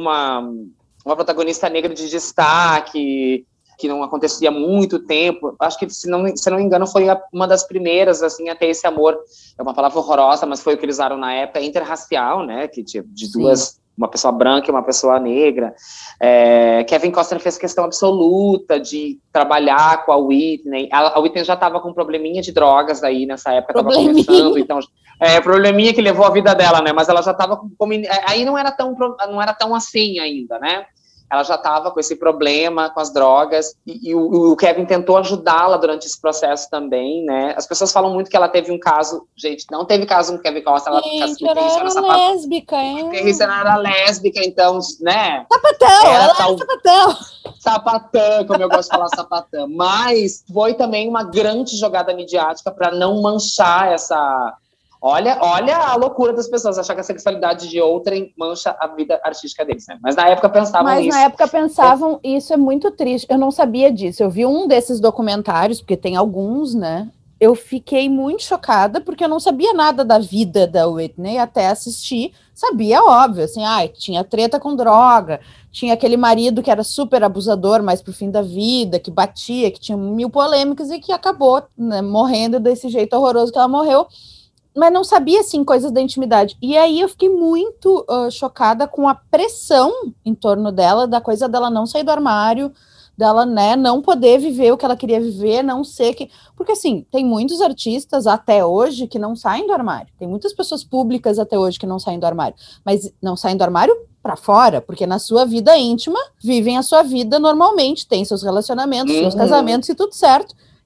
uma protagonista negra de destaque, que não acontecia há muito tempo. Acho que, se não me engano, foi uma das primeiras, assim, a ter esse amor. É uma palavra horrorosa, mas foi o que eles usaram na época, interracial, né, que tinha de duas, uma pessoa branca e uma pessoa negra. Kevin Costner fez questão absoluta de trabalhar com a Whitney. A Whitney já estava com um probleminha de drogas aí nessa época, estava começando, então... probleminha que levou a vida dela, né, mas ela já estava com... Aí não era tão assim ainda, né? Ela já estava com esse problema com as drogas, e o Kevin tentou ajudá-la durante esse processo também, né? As pessoas falam muito que ela teve um caso... Gente, não teve caso com o Kevin Costner, ela era lésbica, então, né? Sapatão, ela era sapatão. Sapatão, como eu gosto de falar, sapatão. Mas foi também uma grande jogada midiática para não manchar essa... Olha a loucura das pessoas, achar que a sexualidade de outrem mancha a vida artística deles, né? Mas na época pensavam isso. Mas na época pensavam, e isso é muito triste. Eu não sabia disso. Eu vi um desses documentários, porque tem alguns, né? Eu fiquei muito chocada, porque eu não sabia nada da vida da Whitney até assistir. Sabia, óbvio, assim, tinha treta com droga, tinha aquele marido que era super abusador, mas pro fim da vida, que batia, que tinha 1000 polêmicas e que acabou, né, morrendo desse jeito horroroso que ela morreu. Mas não sabia, assim, coisas da intimidade. E aí eu fiquei muito chocada com a pressão em torno dela, da coisa dela não sair do armário, dela, né, não poder viver o que ela queria viver, não ser que... Porque, assim, tem muitos artistas até hoje que não saem do armário. Tem muitas pessoas públicas até hoje que não saem do armário. Mas não saem do armário para fora, porque na sua vida íntima, vivem a sua vida normalmente, têm seus relacionamentos, seus casamentos e tudo certo.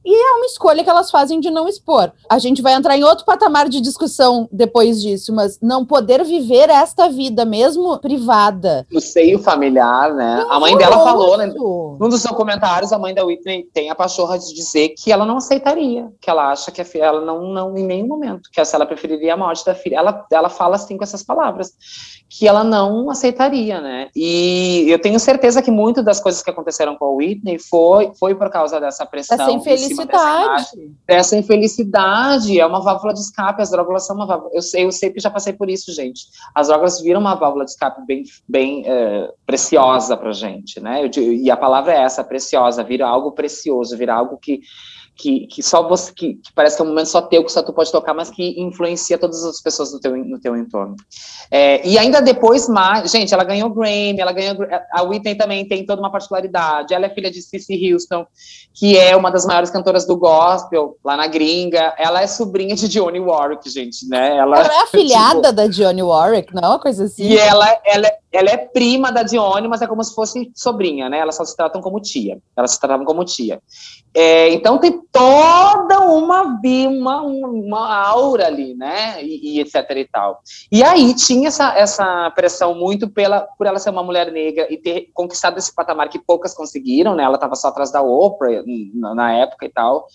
E é uma escolha que elas fazem de não expor. A gente vai entrar em outro patamar de discussão depois disso, mas não poder viver esta vida, mesmo privada. No seio familiar, né? A mãe dela falou, né? Num dos seus comentários, a mãe da Whitney tem a pachorra de dizer que ela não aceitaria, que ela acha que a filha, ela não, em nenhum momento, que ela preferiria a morte da filha. Ela fala assim com essas palavras, que ela não aceitaria, né? E eu tenho certeza que muitas das coisas que aconteceram com a Whitney foi por causa dessa pressão. Essa infelicidade. Essa infelicidade é uma válvula de escape, as drogas são uma válvula. Eu sempre já passei por isso, gente. As drogas viram uma válvula de escape bem preciosa pra gente, né? E a palavra é essa, preciosa, vira algo precioso, vira algo que só você, que parece que é um momento só teu, que só tu pode tocar, mas que influencia todas as pessoas no teu entorno. E ainda depois, gente, ela ganhou Grammy, a Whitney também tem toda uma particularidade, ela é filha de Cissy Houston, que é uma das maiores cantoras do gospel, lá na gringa, ela é sobrinha de Dionne Warwick, gente, né? Ela é afilhada da Dionne Warwick, não é uma coisa assim? E ela é prima da Dionne, mas é como se fosse sobrinha, né? Elas só se tratam como tia, elas se tratavam como tia. Então tem toda uma aura ali, né, e etc e tal. E aí tinha essa pressão muito por ela ser uma mulher negra e ter conquistado esse patamar que poucas conseguiram, né, ela estava só atrás da Oprah na época e tal,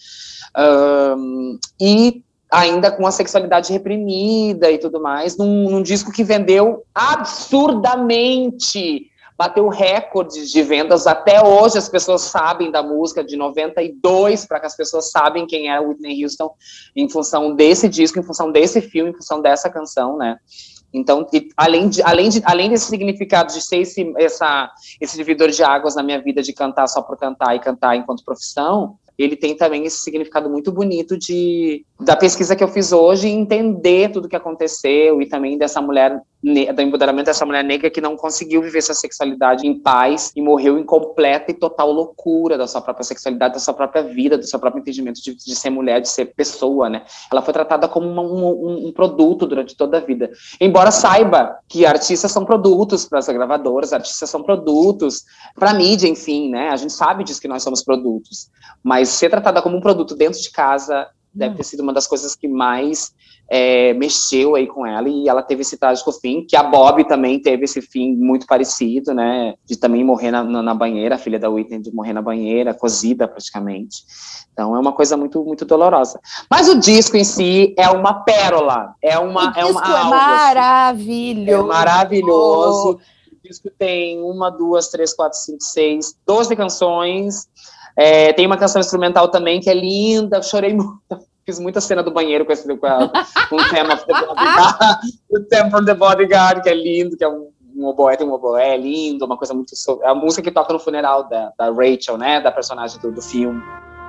e ainda com a sexualidade reprimida e tudo mais, num disco que vendeu absurdamente, bateu recordes de vendas, até hoje as pessoas sabem da música, de 92 para que as pessoas sabem quem é Whitney Houston, em função desse disco, em função desse filme, em função dessa canção, né? Então, além desse significado de ser esse divisor de águas na minha vida, de cantar só por cantar e cantar enquanto profissão, ele tem também esse significado muito bonito da pesquisa que eu fiz hoje, entender tudo o que aconteceu e também dessa mulher, do empoderamento dessa mulher negra que não conseguiu viver sua sexualidade em paz e morreu em completa e total loucura da sua própria sexualidade, da sua própria vida, do seu próprio entendimento de ser mulher, de ser pessoa, né? Ela foi tratada como um produto durante toda a vida. Embora saiba que artistas são produtos para as gravadoras, artistas são produtos para a mídia, enfim, né? A gente sabe disso, que nós somos produtos. Mas ser tratada como um produto dentro de casa deve ter sido uma das coisas que mais mexeu aí com ela, e ela teve esse trágico fim, que a Bob também teve esse fim muito parecido, né, de também morrer na banheira, a filha da Whitney de morrer na banheira, cozida praticamente. Então é uma coisa muito, muito dolorosa. Mas o disco em si é uma pérola, é uma maravilhoso. É maravilhoso. O disco tem 1, 2, 3, 4, 5, 6, 12 canções. Tem uma canção instrumental também que é linda, chorei muito, fiz muita cena do banheiro com o tema o Theme from the Bodyguard, que é lindo, que é um oboé, tem um oboé, é lindo, uma coisa muito... É a música que toca no funeral da Rachel, né, da personagem do filme.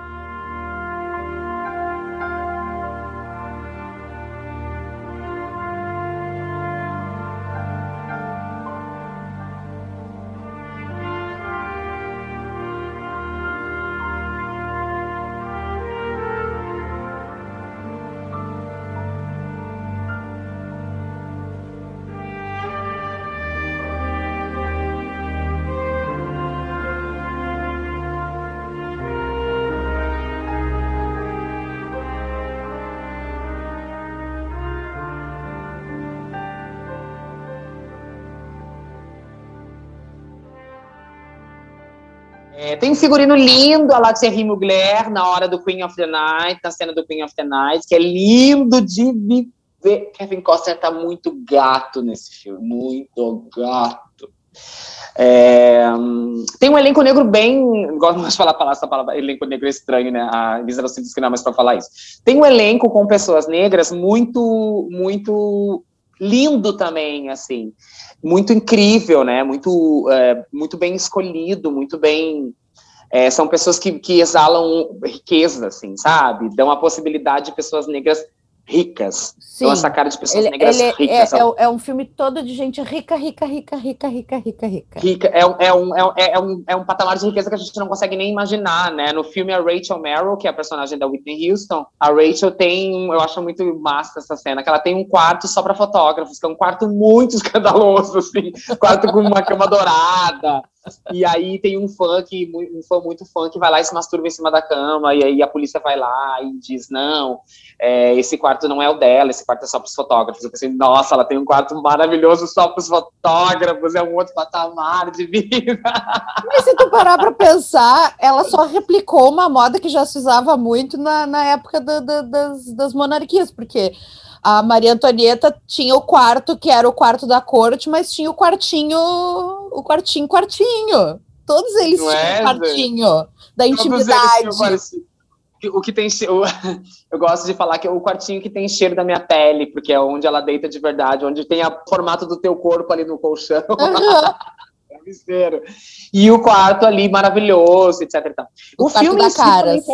Tem um figurino lindo, a Thierry Mugler, na hora do Queen of the Night, na cena do Queen of the Night, que é lindo de viver. Kevin Costner tá muito gato nesse filme, muito gato. Tem um elenco negro bem... Gosto mais de falar essa palavra, elenco negro é estranho, né? A Elisa você disse que não é mais pra falar isso. Tem um elenco com pessoas negras muito, muito lindo também, assim. Muito incrível, né? Muito bem escolhido, muito bem... são pessoas que exalam riqueza, assim, sabe? Dão a possibilidade de pessoas negras ricas. Sim. Dão essa cara de pessoas negras ricas. É um filme todo de gente rica. É um patamar de riqueza que a gente não consegue nem imaginar, né? No filme, a Rachel Merrill, que é a personagem da Whitney Houston, a Rachel tem, eu acho muito massa essa cena, que ela tem um quarto só para fotógrafos, que é um quarto muito escandaloso, assim, quarto com uma cama dourada, E aí tem um fã muito fã que vai lá e se masturba em cima da cama, e aí a polícia vai lá e diz, não, esse quarto não é o dela, esse quarto é só para os fotógrafos. Eu pensei, nossa, ela tem um quarto maravilhoso só para os fotógrafos, é um outro patamar de vida. Mas se tu parar para pensar, ela só replicou uma moda que já se usava muito na época das monarquias, porque a Maria Antonieta tinha o quarto, que era o quarto da corte, mas tinha o quartinho. Todos eles Não tinham o quartinho da intimidade. O que tem, eu gosto de falar que é o quartinho que tem cheiro da minha pele, porque é onde ela deita de verdade, onde tem o formato do teu corpo ali no colchão. E o quarto ali maravilhoso, etc. E tal. O filme da Caras.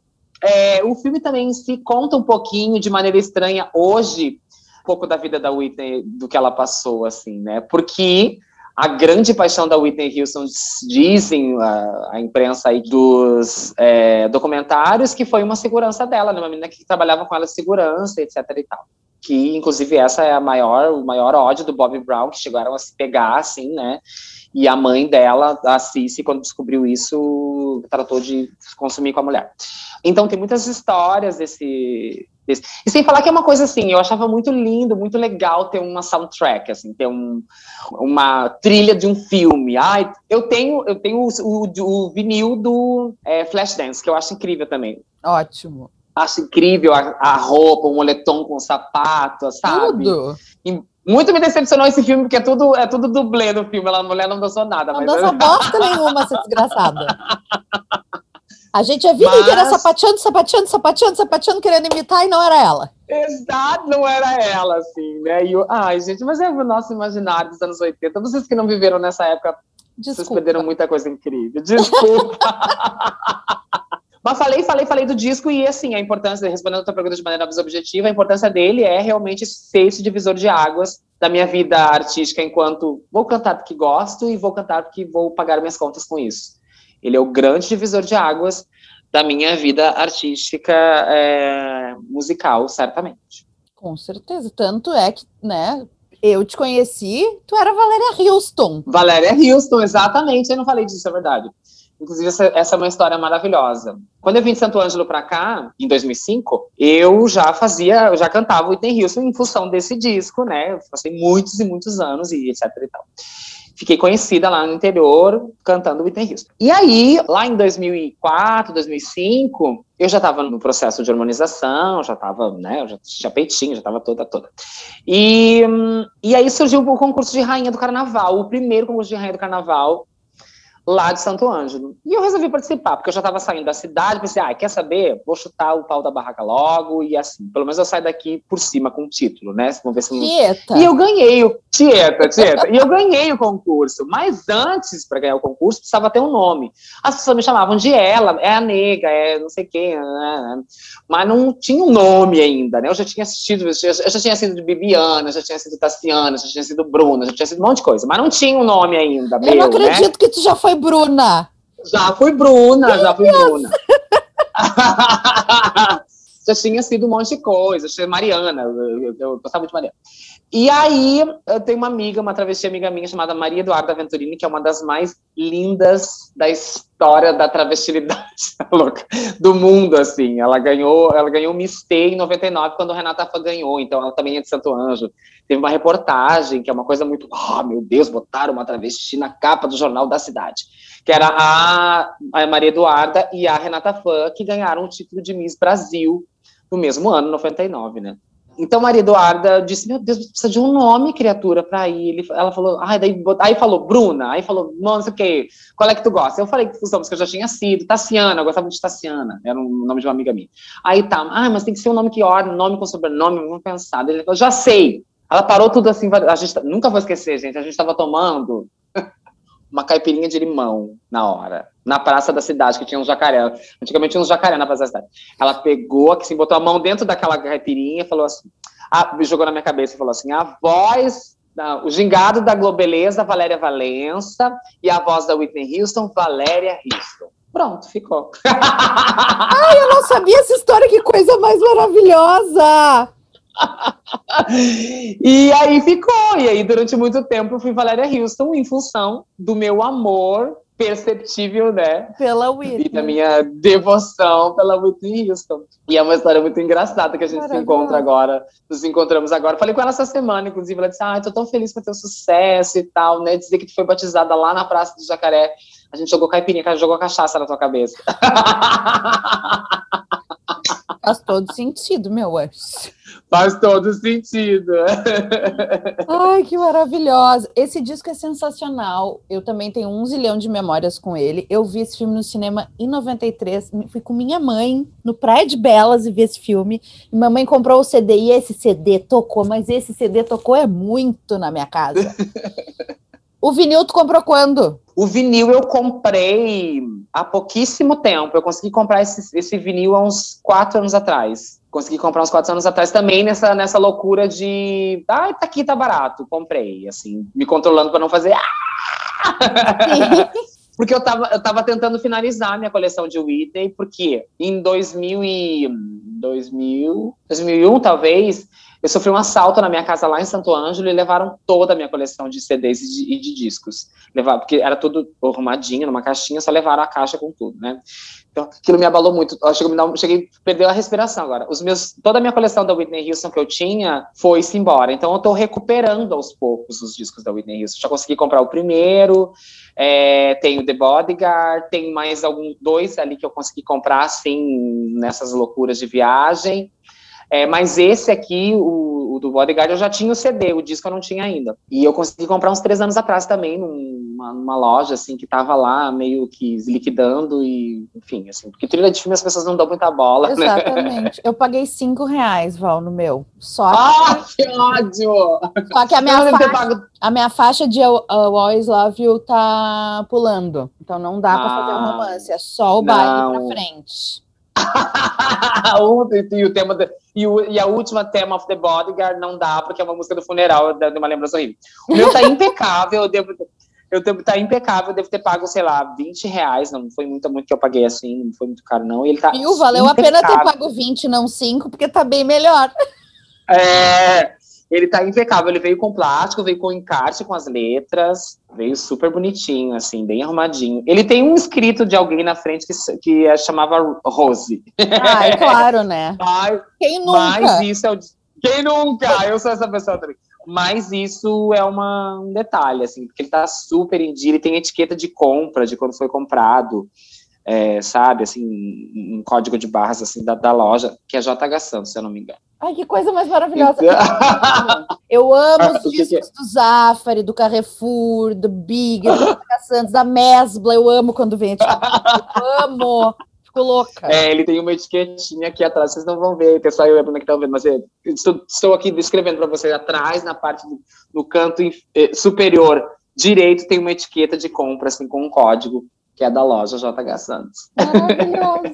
O filme também se conta um pouquinho, de maneira estranha, hoje, um pouco da vida da Whitney, do que ela passou, assim, né? Porque a grande paixão da Whitney Houston, dizem a imprensa aí dos documentários, que foi uma segurança dela, né? Uma menina que trabalhava com ela de segurança, etc. e tal. Que, inclusive, essa é o maior ódio do Bobby Brown, que chegaram a se pegar, assim, né? E a mãe dela, a Cissy, quando descobriu isso, tratou de consumir com a mulher. Então, tem muitas histórias desse. E sem falar que é uma coisa assim, eu achava muito lindo, muito legal ter uma soundtrack, assim, ter uma trilha de um filme. Eu tenho o vinil do Flashdance, que eu acho incrível também. Ótimo. Acho incrível a roupa, o moletom com sapato, sabe? Tudo. E muito me decepcionou esse filme, porque é tudo dublê do filme. A mulher não dançou nada. Não dançou bosta nenhuma, essa desgraçada. A gente a vida inteira sapateando, querendo imitar, e não era ela. Exato, não era ela, assim, né? Gente, mas é o nosso imaginário dos anos 80. Vocês que não viveram nessa época, Desculpa. Vocês perderam muita coisa incrível. Desculpa. Mas falei do disco e, assim, a importância, respondendo a tua pergunta de maneira mais objetiva, a importância dele é realmente ser esse divisor de águas da minha vida artística, enquanto vou cantar porque gosto e vou cantar porque vou pagar minhas contas com isso. Ele é o grande divisor de águas da minha vida artística musical, certamente. Com certeza. Tanto é que, né, eu te conheci, tu era Valéria Houston. Valéria Houston, exatamente. Eu não falei disso, é verdade. Inclusive, essa é uma história maravilhosa. Quando eu vim de Santo Ângelo para cá, em 2005, eu já cantava Whitney Houston em função desse disco, né? Eu passei muitos e muitos anos e etc e tal. Fiquei conhecida lá no interior, cantando Whitney Houston. E aí, lá em 2004, 2005, eu já estava no processo de harmonização, já estava, né, eu já tinha peitinho, já estava toda. E aí surgiu o concurso de Rainha do Carnaval, o primeiro concurso de Rainha do Carnaval, lá de Santo Ângelo. E eu resolvi participar, porque eu já estava saindo da cidade, pensei, quer saber? Vou chutar o pau da barraca logo, e assim, pelo menos eu saio daqui por cima com o título, né? Vamos ver se Tieta. E eu ganhei o... Tieta. E eu ganhei o concurso. Mas antes, para ganhar o concurso, precisava ter um nome. As pessoas me chamavam de ela, é a nega, é não sei quem, né? Mas não tinha um nome ainda, né? Eu já tinha assistido, eu já tinha sido de Bibiana, já tinha sido Tassiana, já tinha sido Bruna, já tinha sido um monte de coisa, mas não tinha um nome ainda, eu não acredito, né? Que tu já foi Bruna. Já fui Bruna. Já tinha sido um monte de coisa, eu tinha Mariana, eu gostava muito de Mariana. E aí, eu tenho uma travesti amiga minha, chamada Maria Eduarda Venturini, que é uma das mais lindas da história da travestilidade do mundo, assim. Ela ganhou Miss T em 99, quando a Renata Fã ganhou, então ela também é de Santo Ângelo. Teve uma reportagem, que é uma coisa muito... meu Deus, botaram uma travesti na capa do Jornal da Cidade. Que era a Maria Eduarda e a Renata Fã, que ganharam o título de Miss Brasil no mesmo ano, 99, né? Então, Maria Eduarda disse, meu Deus, precisa de um nome, criatura, para ir. Ela falou, aí falou Bruna, aí falou, não sei o quê, qual é que tu gosta? Eu falei que função, porque eu já tinha sido, Tassiana, eu gostava de Tassiana, era o nome de uma amiga minha. Aí tá, mas tem que ser um nome que ordem, nome com sobrenome, vamos pensar. Ele falou, já sei. Ela parou tudo assim, a gente, nunca vou esquecer, gente, a gente estava tomando uma caipirinha de limão na hora, na praça da cidade, que tinha um jacaré. Antigamente tinha um jacaré na praça da cidade. Ela pegou, assim, botou a mão dentro daquela caipirinha e falou assim, jogou na minha cabeça e falou assim, a voz, o gingado da Globeleza, Valéria Valença, e a voz da Whitney Houston, Valéria Houston. Pronto, ficou. Eu não sabia essa história, que coisa mais maravilhosa! E aí ficou, e aí durante muito tempo eu fui Valéria Houston em função do meu amor perceptível, né? Pela E da Whitney. minha devoção pela Whitney Houston. E é uma história muito engraçada que a gente se encontra agora, nos encontramos agora. Falei com ela essa semana, inclusive, ela disse, tô tão feliz com o teu sucesso e tal, né? Dizer que tu foi batizada lá na Praça do Jacaré. A gente jogou caipirinha, jogou cachaça na tua cabeça. Faz todo sentido, meu anjo. Faz todo sentido. Ai, que maravilhosa. Esse disco é sensacional. Eu também tenho 1 zilhão de memórias com ele. Eu vi esse filme no cinema em 93. Fui com minha mãe no Praia de Belas e vi esse filme. E mamãe comprou o CD e esse CD tocou, mas esse CD tocou muito na minha casa. O vinil tu comprou quando? O vinil eu comprei há pouquíssimo tempo. Eu consegui comprar esse vinil há uns 4 anos atrás. Consegui comprar uns 4 anos atrás também nessa loucura de... tá aqui, tá barato. Comprei, assim, me controlando para não fazer... Porque eu tava tentando finalizar minha coleção de Whitney, porque em 2001, talvez, eu sofri um assalto na minha casa lá em Santo Ângelo e levaram toda a minha coleção de CDs e de discos. Porque era tudo arrumadinho, numa caixinha, só levaram a caixa com tudo, né? Então, aquilo me abalou muito. Eu cheguei a perder a respiração agora. Toda a minha coleção da Whitney Houston que eu tinha foi-se embora. Então, eu tô recuperando aos poucos os discos da Whitney Houston. Já consegui comprar o primeiro, tenho The Bodyguard, tem mais 2 ali que eu consegui comprar, assim, nessas loucuras de viagem. Mas esse aqui, o do Bodyguard, eu já tinha o CD, o disco eu não tinha ainda. E eu consegui comprar uns 3 anos atrás também, numa loja, assim, que tava lá, meio que liquidando e, enfim, assim, porque trilha de filme as pessoas não dão muita bola, Exatamente. Né? Eu paguei R$5, Val, no meu. Que ódio! Só que a minha faixa de Always Love You tá pulando. Então não dá pra fazer um romance, é só o baile pra frente. E o tema e a última tema of The Bodyguard não dá, porque é uma música do funeral, de uma lembrança horrível. O meu tá impecável, tá impecável, eu devo ter pago, sei lá, R$20, não foi muito que eu paguei assim, não foi muito caro não, e ele tá valeu impecável. A pena ter pago 20, não 5, porque tá bem melhor. Ele tá impecável, ele veio com plástico, veio com encarte com as letras, veio super bonitinho, assim, bem arrumadinho. Ele tem um escrito de alguém na frente que chamava Rose. É claro, né? Quem nunca? Mas isso Quem nunca? Eu sou essa pessoa também. Mas isso é um detalhe, assim, porque ele tá super em dia, ele tem etiqueta de compra, de quando foi comprado, sabe, assim, um código de barras, assim, da loja, que é JH Santos, se eu não me engano. Ai, que coisa mais maravilhosa. Eu amo os discos do Zafari, do Carrefour, do Big, do JH Santos, da Mesbla, eu amo quando vem etiqueta. Eu amo. Fico louca. Ele tem uma etiquetinha aqui atrás, vocês não vão ver, pessoal, eu que estão vendo, mas estou aqui descrevendo para vocês, atrás, na parte do canto superior direito, tem uma etiqueta de compra, assim, com um código, que é da loja JH Santos. Maravilhoso.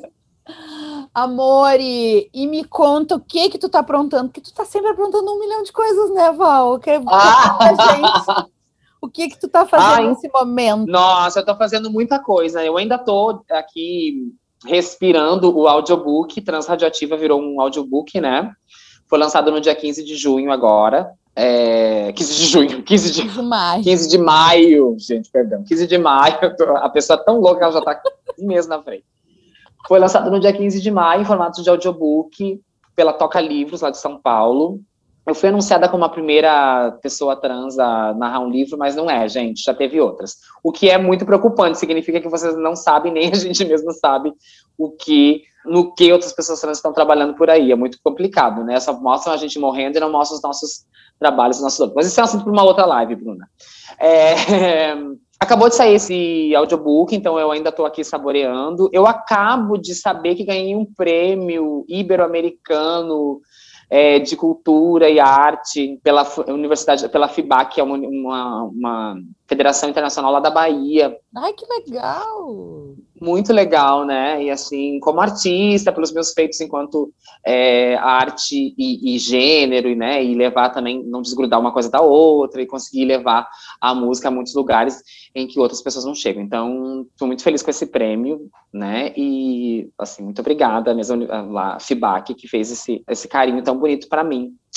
Amore, e me conta o que tu tá aprontando, porque tu tá sempre aprontando 1 milhão de coisas, né, Val? Gente, o que tu tá fazendo nesse momento? Nossa, eu tô fazendo muita coisa, eu ainda tô aqui respirando o audiobook, Transradioativa virou um audiobook, né? Foi lançado no dia 15 de junho agora. 15 de maio, gente, perdão. 15 de maio, a pessoa é tão louca que ela já tá 15 meses na frente. Foi lançado no dia 15 de maio, em formato de audiobook, pela Toca Livros, lá de São Paulo. Eu fui anunciada como a primeira pessoa trans a narrar um livro, mas não é, gente, já teve outras. O que é muito preocupante, significa que vocês não sabem, nem a gente mesmo sabe no que outras pessoas trans estão trabalhando por aí. É muito complicado, né? Só mostram a gente morrendo e não mostram os nossos trabalhos, os nossos outros. Mas isso é um assunto para uma outra live, Bruna. Acabou de sair esse audiobook, então eu ainda estou aqui saboreando. Eu acabo de saber que ganhei um prêmio ibero-americano de cultura e arte pela universidade, pela FIBAC, que é uma federação internacional lá da Bahia. Ai, que legal! Muito legal, né? E assim, como artista, pelos meus feitos enquanto arte e gênero, e levar também, não desgrudar uma coisa da outra, e conseguir levar a música a muitos lugares em que outras pessoas não chegam. Então, estou muito feliz com esse prêmio, né? E, assim, muito obrigada mesmo a FIBAC, que fez esse carinho tão bonito para mim.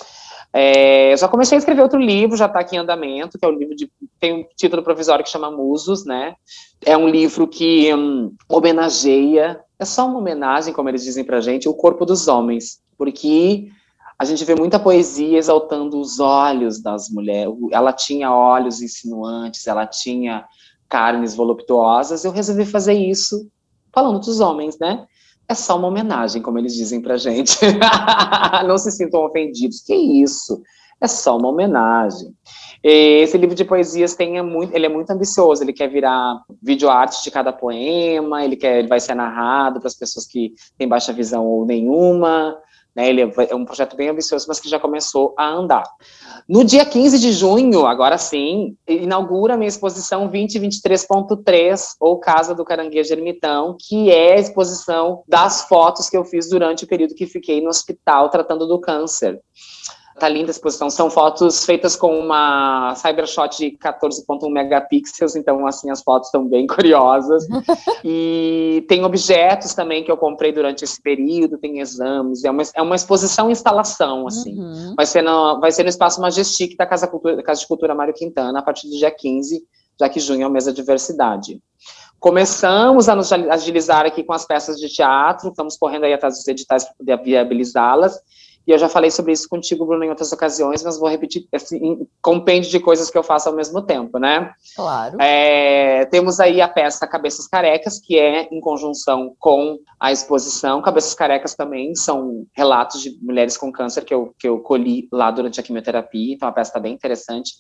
Eu já comecei a escrever outro livro, já está aqui em andamento, que é o livro tem um título provisório que chama Musos, né? É um livro que homenageia, é só uma homenagem, como eles dizem pra gente, o corpo dos homens, porque a gente vê muita poesia exaltando os olhos das mulheres. Ela tinha olhos insinuantes, ela tinha carnes voluptuosas. Eu resolvi fazer isso falando dos homens, né? É só uma homenagem, como eles dizem pra gente. Não se sintam ofendidos. Que isso? É só uma homenagem. Esse livro de poesias ele é muito ambicioso. Ele quer virar videoarte de cada poema. Ele vai ser narrado para as pessoas que têm baixa visão ou nenhuma. Né? Ele é um projeto bem ambicioso, mas que já começou a andar. No dia 15 de junho, agora sim, inaugura a minha exposição 2023.3, ou Casa do Caranguejo Ermitão, que é a exposição das fotos que eu fiz durante o período que fiquei no hospital tratando do câncer. Tá linda a exposição, são fotos feitas com uma Cybershot de 14.1 megapixels, então, assim, as fotos estão bem curiosas. E tem objetos também que eu comprei durante esse período, tem exames, é uma exposição-instalação, assim. Uhum. Vai ser no Espaço Majestic da Casa de Cultura Mário Quintana, a partir do dia 15, já que junho é o mês da diversidade. Começamos a nos agilizar aqui com as peças de teatro, estamos correndo aí atrás dos editais para poder viabilizá-las. E eu já falei sobre isso contigo, Bruno, em outras ocasiões, mas vou repetir assim, compêndio de coisas que eu faço ao mesmo tempo, né? Claro. Temos aí a peça Cabeças Carecas, que é em conjunção com a exposição. Cabeças Carecas também são relatos de mulheres com câncer que eu colhi lá durante a quimioterapia, então a peça está bem interessante.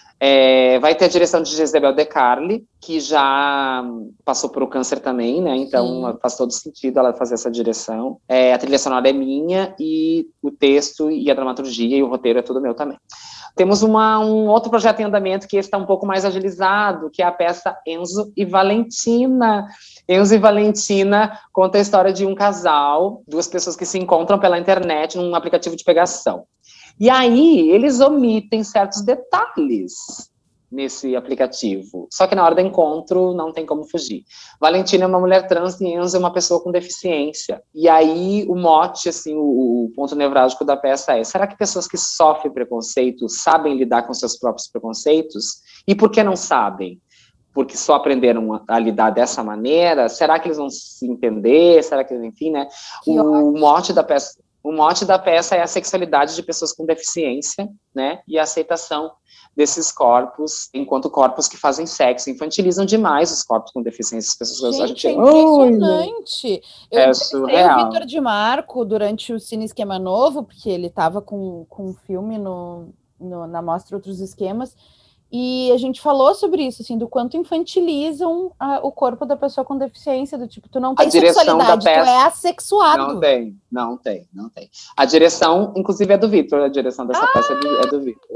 Vai ter a direção de Jezebel De Carli, que já passou por o câncer também, né? Então faz todo sentido ela fazer essa direção. A trilha sonora é minha, e o texto e a dramaturgia e o roteiro é tudo meu também. Temos um outro projeto em andamento que está um pouco mais agilizado, que é a peça Enzo e Valentina. Enzo e Valentina conta a história de um casal, duas pessoas que se encontram pela internet num aplicativo de pegação. E aí, eles omitem certos detalhes nesse aplicativo. Só que na hora do encontro, não tem como fugir. Valentina é uma mulher trans e Enzo é uma pessoa com deficiência. E aí, o mote, assim, o ponto nevrálgico da peça é: será que pessoas que sofrem preconceito sabem lidar com seus próprios preconceitos? E por que não sabem? Porque só aprenderam a lidar dessa maneira? Será que eles vão se entender? Será que, enfim, né? O mote da peça é a sexualidade de pessoas com deficiência, né, e a aceitação desses corpos enquanto corpos que fazem sexo. Infantilizam demais os corpos com deficiência. As pessoas, gente, é impressionante. Eu surreal. O Vitor de Marco durante o Cine Esquema Novo, porque ele estava com um filme na Mostra Outros Esquemas, e a gente falou sobre isso, assim, do quanto infantilizam o corpo da pessoa com deficiência, do tipo, tu não tem sexualidade, tu é assexuado. Não tem. A direção, inclusive, é do Vitor, a direção dessa peça é do Vitor.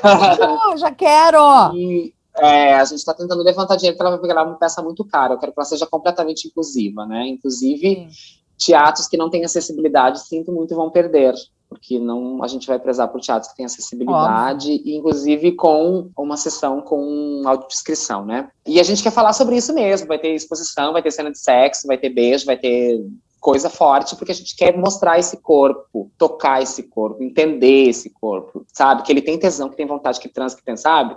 Já quero! E a gente está tentando levantar dinheiro para ela pegar uma peça muito cara. Eu quero que ela seja completamente inclusiva, né? Inclusive, teatros que não têm acessibilidade, sinto muito, vão perder, porque a gente vai prezar por teatros que têm acessibilidade, e inclusive com uma sessão com audiodescrição, né? E a gente quer falar sobre isso mesmo, vai ter exposição, vai ter cena de sexo, vai ter beijo, vai ter coisa forte, porque a gente quer mostrar esse corpo, tocar esse corpo, entender esse corpo, sabe? Que ele tem tesão, que tem vontade, que transa, que tem, sabe?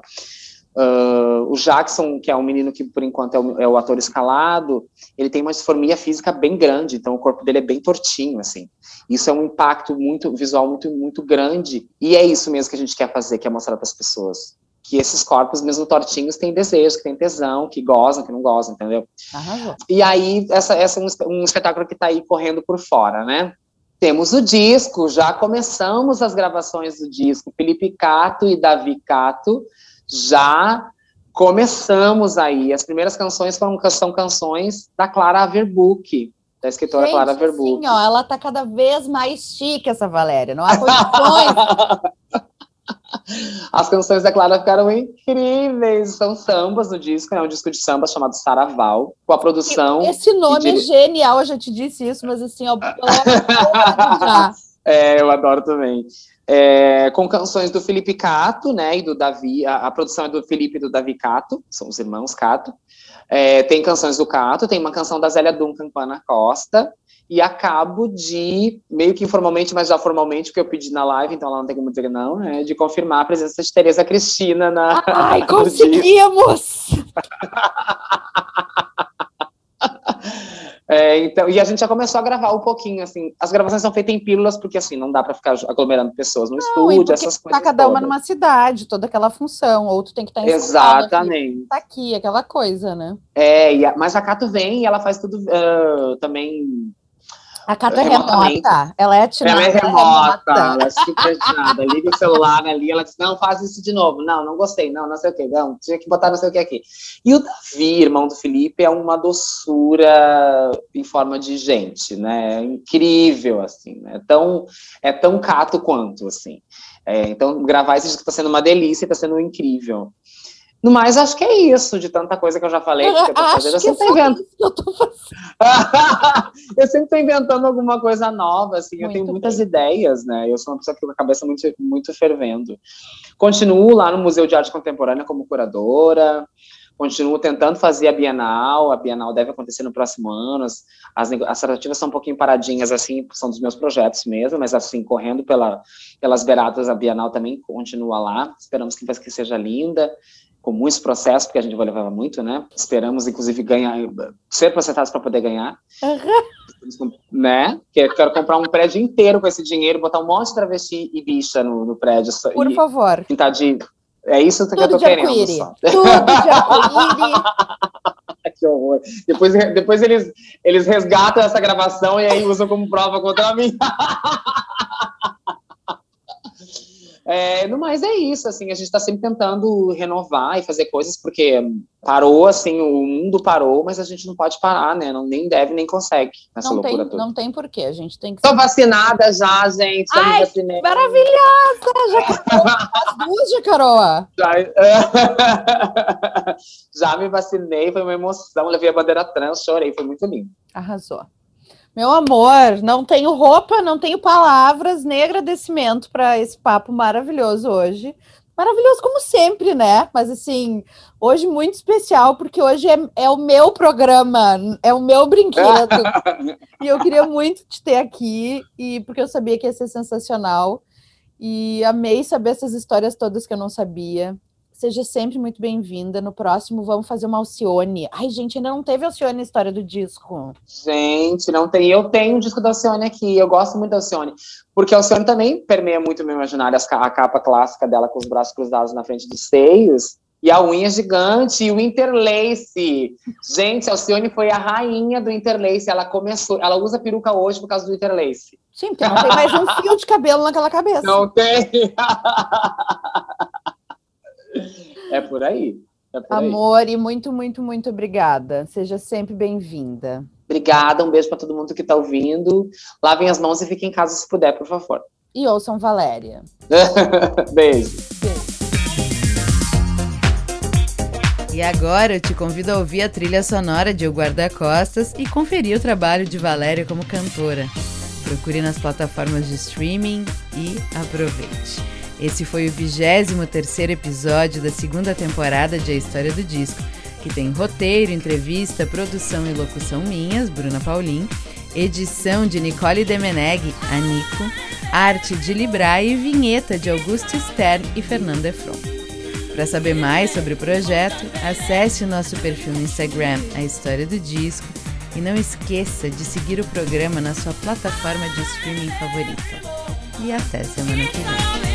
O Jackson, que é um menino que, por enquanto, é o ator escalado, ele tem uma disformia física bem grande, então o corpo dele é bem tortinho, assim. Isso é um impacto visual muito, muito grande, e é isso mesmo que a gente quer fazer, que é mostrar para as pessoas que esses corpos, mesmo tortinhos, têm desejo, que têm tesão, que gozam, que não gozam, entendeu? Arrasou. E aí, essa é um espetáculo que está aí correndo por fora, né? Temos o disco, já começamos as gravações do disco, Felipe Cato e Davi Cato, já começamos aí. As primeiras canções são canções da Clara Averbuch, da escritora Clara Averbuch. Sim, ela tá cada vez mais chique, essa Valéria, não há condições. As canções da Clara ficaram incríveis, são sambas no disco, é um disco de samba chamado Saraval, com a produção... Esse nome é genial, eu já te disse isso, mas assim, ó, eu adoro também. Com canções do Felipe Cato, né, e do Davi, a produção é do Felipe e do Davi Cato, são os irmãos Cato. Tem canções do Cato, tem uma canção da Zélia Duncan com a Ana Costa, e acabo de, meio que informalmente, mas já formalmente, porque eu pedi na live, então ela não tem como dizer não, né, de confirmar a presença de Tereza Cristina na... Ai, conseguimos! Então, e a gente já começou a gravar um pouquinho, assim, as gravações são feitas em pílulas, porque assim, não dá pra ficar aglomerando pessoas no estúdio, essas coisas tá cada uma todas. numa cidade, toda aquela função, ou tu tem que estar em Exatamente. tá aqui, aquela coisa, né? Mas a Cato vem e ela faz tudo também... A Cato é remota, ela é atinada. Ela é remota, ela é super atinada. Liga o celular ali, ela diz, não, faz isso de novo. Não gostei, não sei o que, não, tinha que botar não sei o que aqui. E o Davi, irmão do Felipe, é uma doçura em forma de gente, né? É incrível, assim, né? É tão Cato quanto, assim. Então, gravar esse disco tá sendo uma delícia e tá sendo incrível. No mais, acho que é isso, de tanta coisa que eu já falei que eu tô fazendo. Eu sempre eu sempre tô inventando alguma coisa nova, assim, eu tenho muitas ideias, né? Eu sou uma pessoa que com a cabeça muito, muito fervendo. Continuo lá no Museu de Arte Contemporânea como curadora, continuo tentando fazer a Bienal deve acontecer no próximo ano, as tratativas são um pouquinho paradinhas, assim, são dos meus projetos mesmo, mas assim, correndo pelas beiradas, a Bienal também continua lá, esperamos que seja linda, com muitos processos, porque a gente vai levar muito, né? Esperamos, inclusive, ser processados para poder ganhar. Né? Que eu quero comprar um prédio inteiro com esse dinheiro, botar um monte de travesti e bicha no prédio. Por favor. Pintar de... É isso que eu tô querendo. Só. Tudo de arco-íris. Que horror. Depois eles resgatam essa gravação e aí usam como prova contra mim. No mais é isso, assim, a gente está sempre tentando renovar e fazer coisas, porque parou, assim, o mundo parou, mas a gente não pode parar, né, nem deve, nem consegue nessa loucura toda. Não tem porquê, a gente tem que... Tô vacinada já, gente, já me vacinei. Maravilhosa! As duas, Jacaroa. Já me vacinei, foi uma emoção, levei a bandeira trans, chorei, foi muito lindo. Arrasou. Meu amor, não tenho roupa, não tenho palavras, nem agradecimento para esse papo maravilhoso hoje. Maravilhoso como sempre, né? Mas assim, hoje muito especial, porque hoje é o meu programa, é o meu brinquedo. E eu queria muito te ter aqui, porque eu sabia que ia ser sensacional. E amei saber essas histórias todas que eu não sabia. Seja sempre muito bem-vinda. No próximo, vamos fazer uma Alcione. Ai, gente, ainda não teve Alcione na história do disco. Gente, não tem. Eu tenho um disco da Alcione aqui. Eu gosto muito da Alcione. Porque a Alcione também permeia muito o meu imaginário. A capa clássica dela com os braços cruzados na frente dos seios. E a unha gigante. E o interlace. Gente, a Alcione foi a rainha do interlace. Ela usa peruca hoje por causa do interlace. Sim, porque não tem mais um fio de cabelo naquela cabeça. Não tem. É por aí. Amor, e muito, muito, muito obrigada. Seja sempre bem-vinda. Obrigada, um beijo para todo mundo que está ouvindo. Lavem as mãos e fiquem em casa se puder, por favor. E ouçam Valéria. Beijo. E agora eu te convido a ouvir a trilha sonora de O Guarda-Costas e conferir o trabalho de Valéria como cantora. Procure nas plataformas de streaming e aproveite. Esse foi o 23º episódio da 2ª temporada de A História do Disco, que tem roteiro, entrevista, produção e locução minhas, Bruna Paulin, edição de Nicole Demeneg, a Nico, arte de Libra e vinheta de Augusto Stern e Fernando Efron. Para saber mais sobre o projeto, acesse o nosso perfil no Instagram, A História do Disco, e não esqueça de seguir o programa na sua plataforma de streaming favorita. E até semana que vem.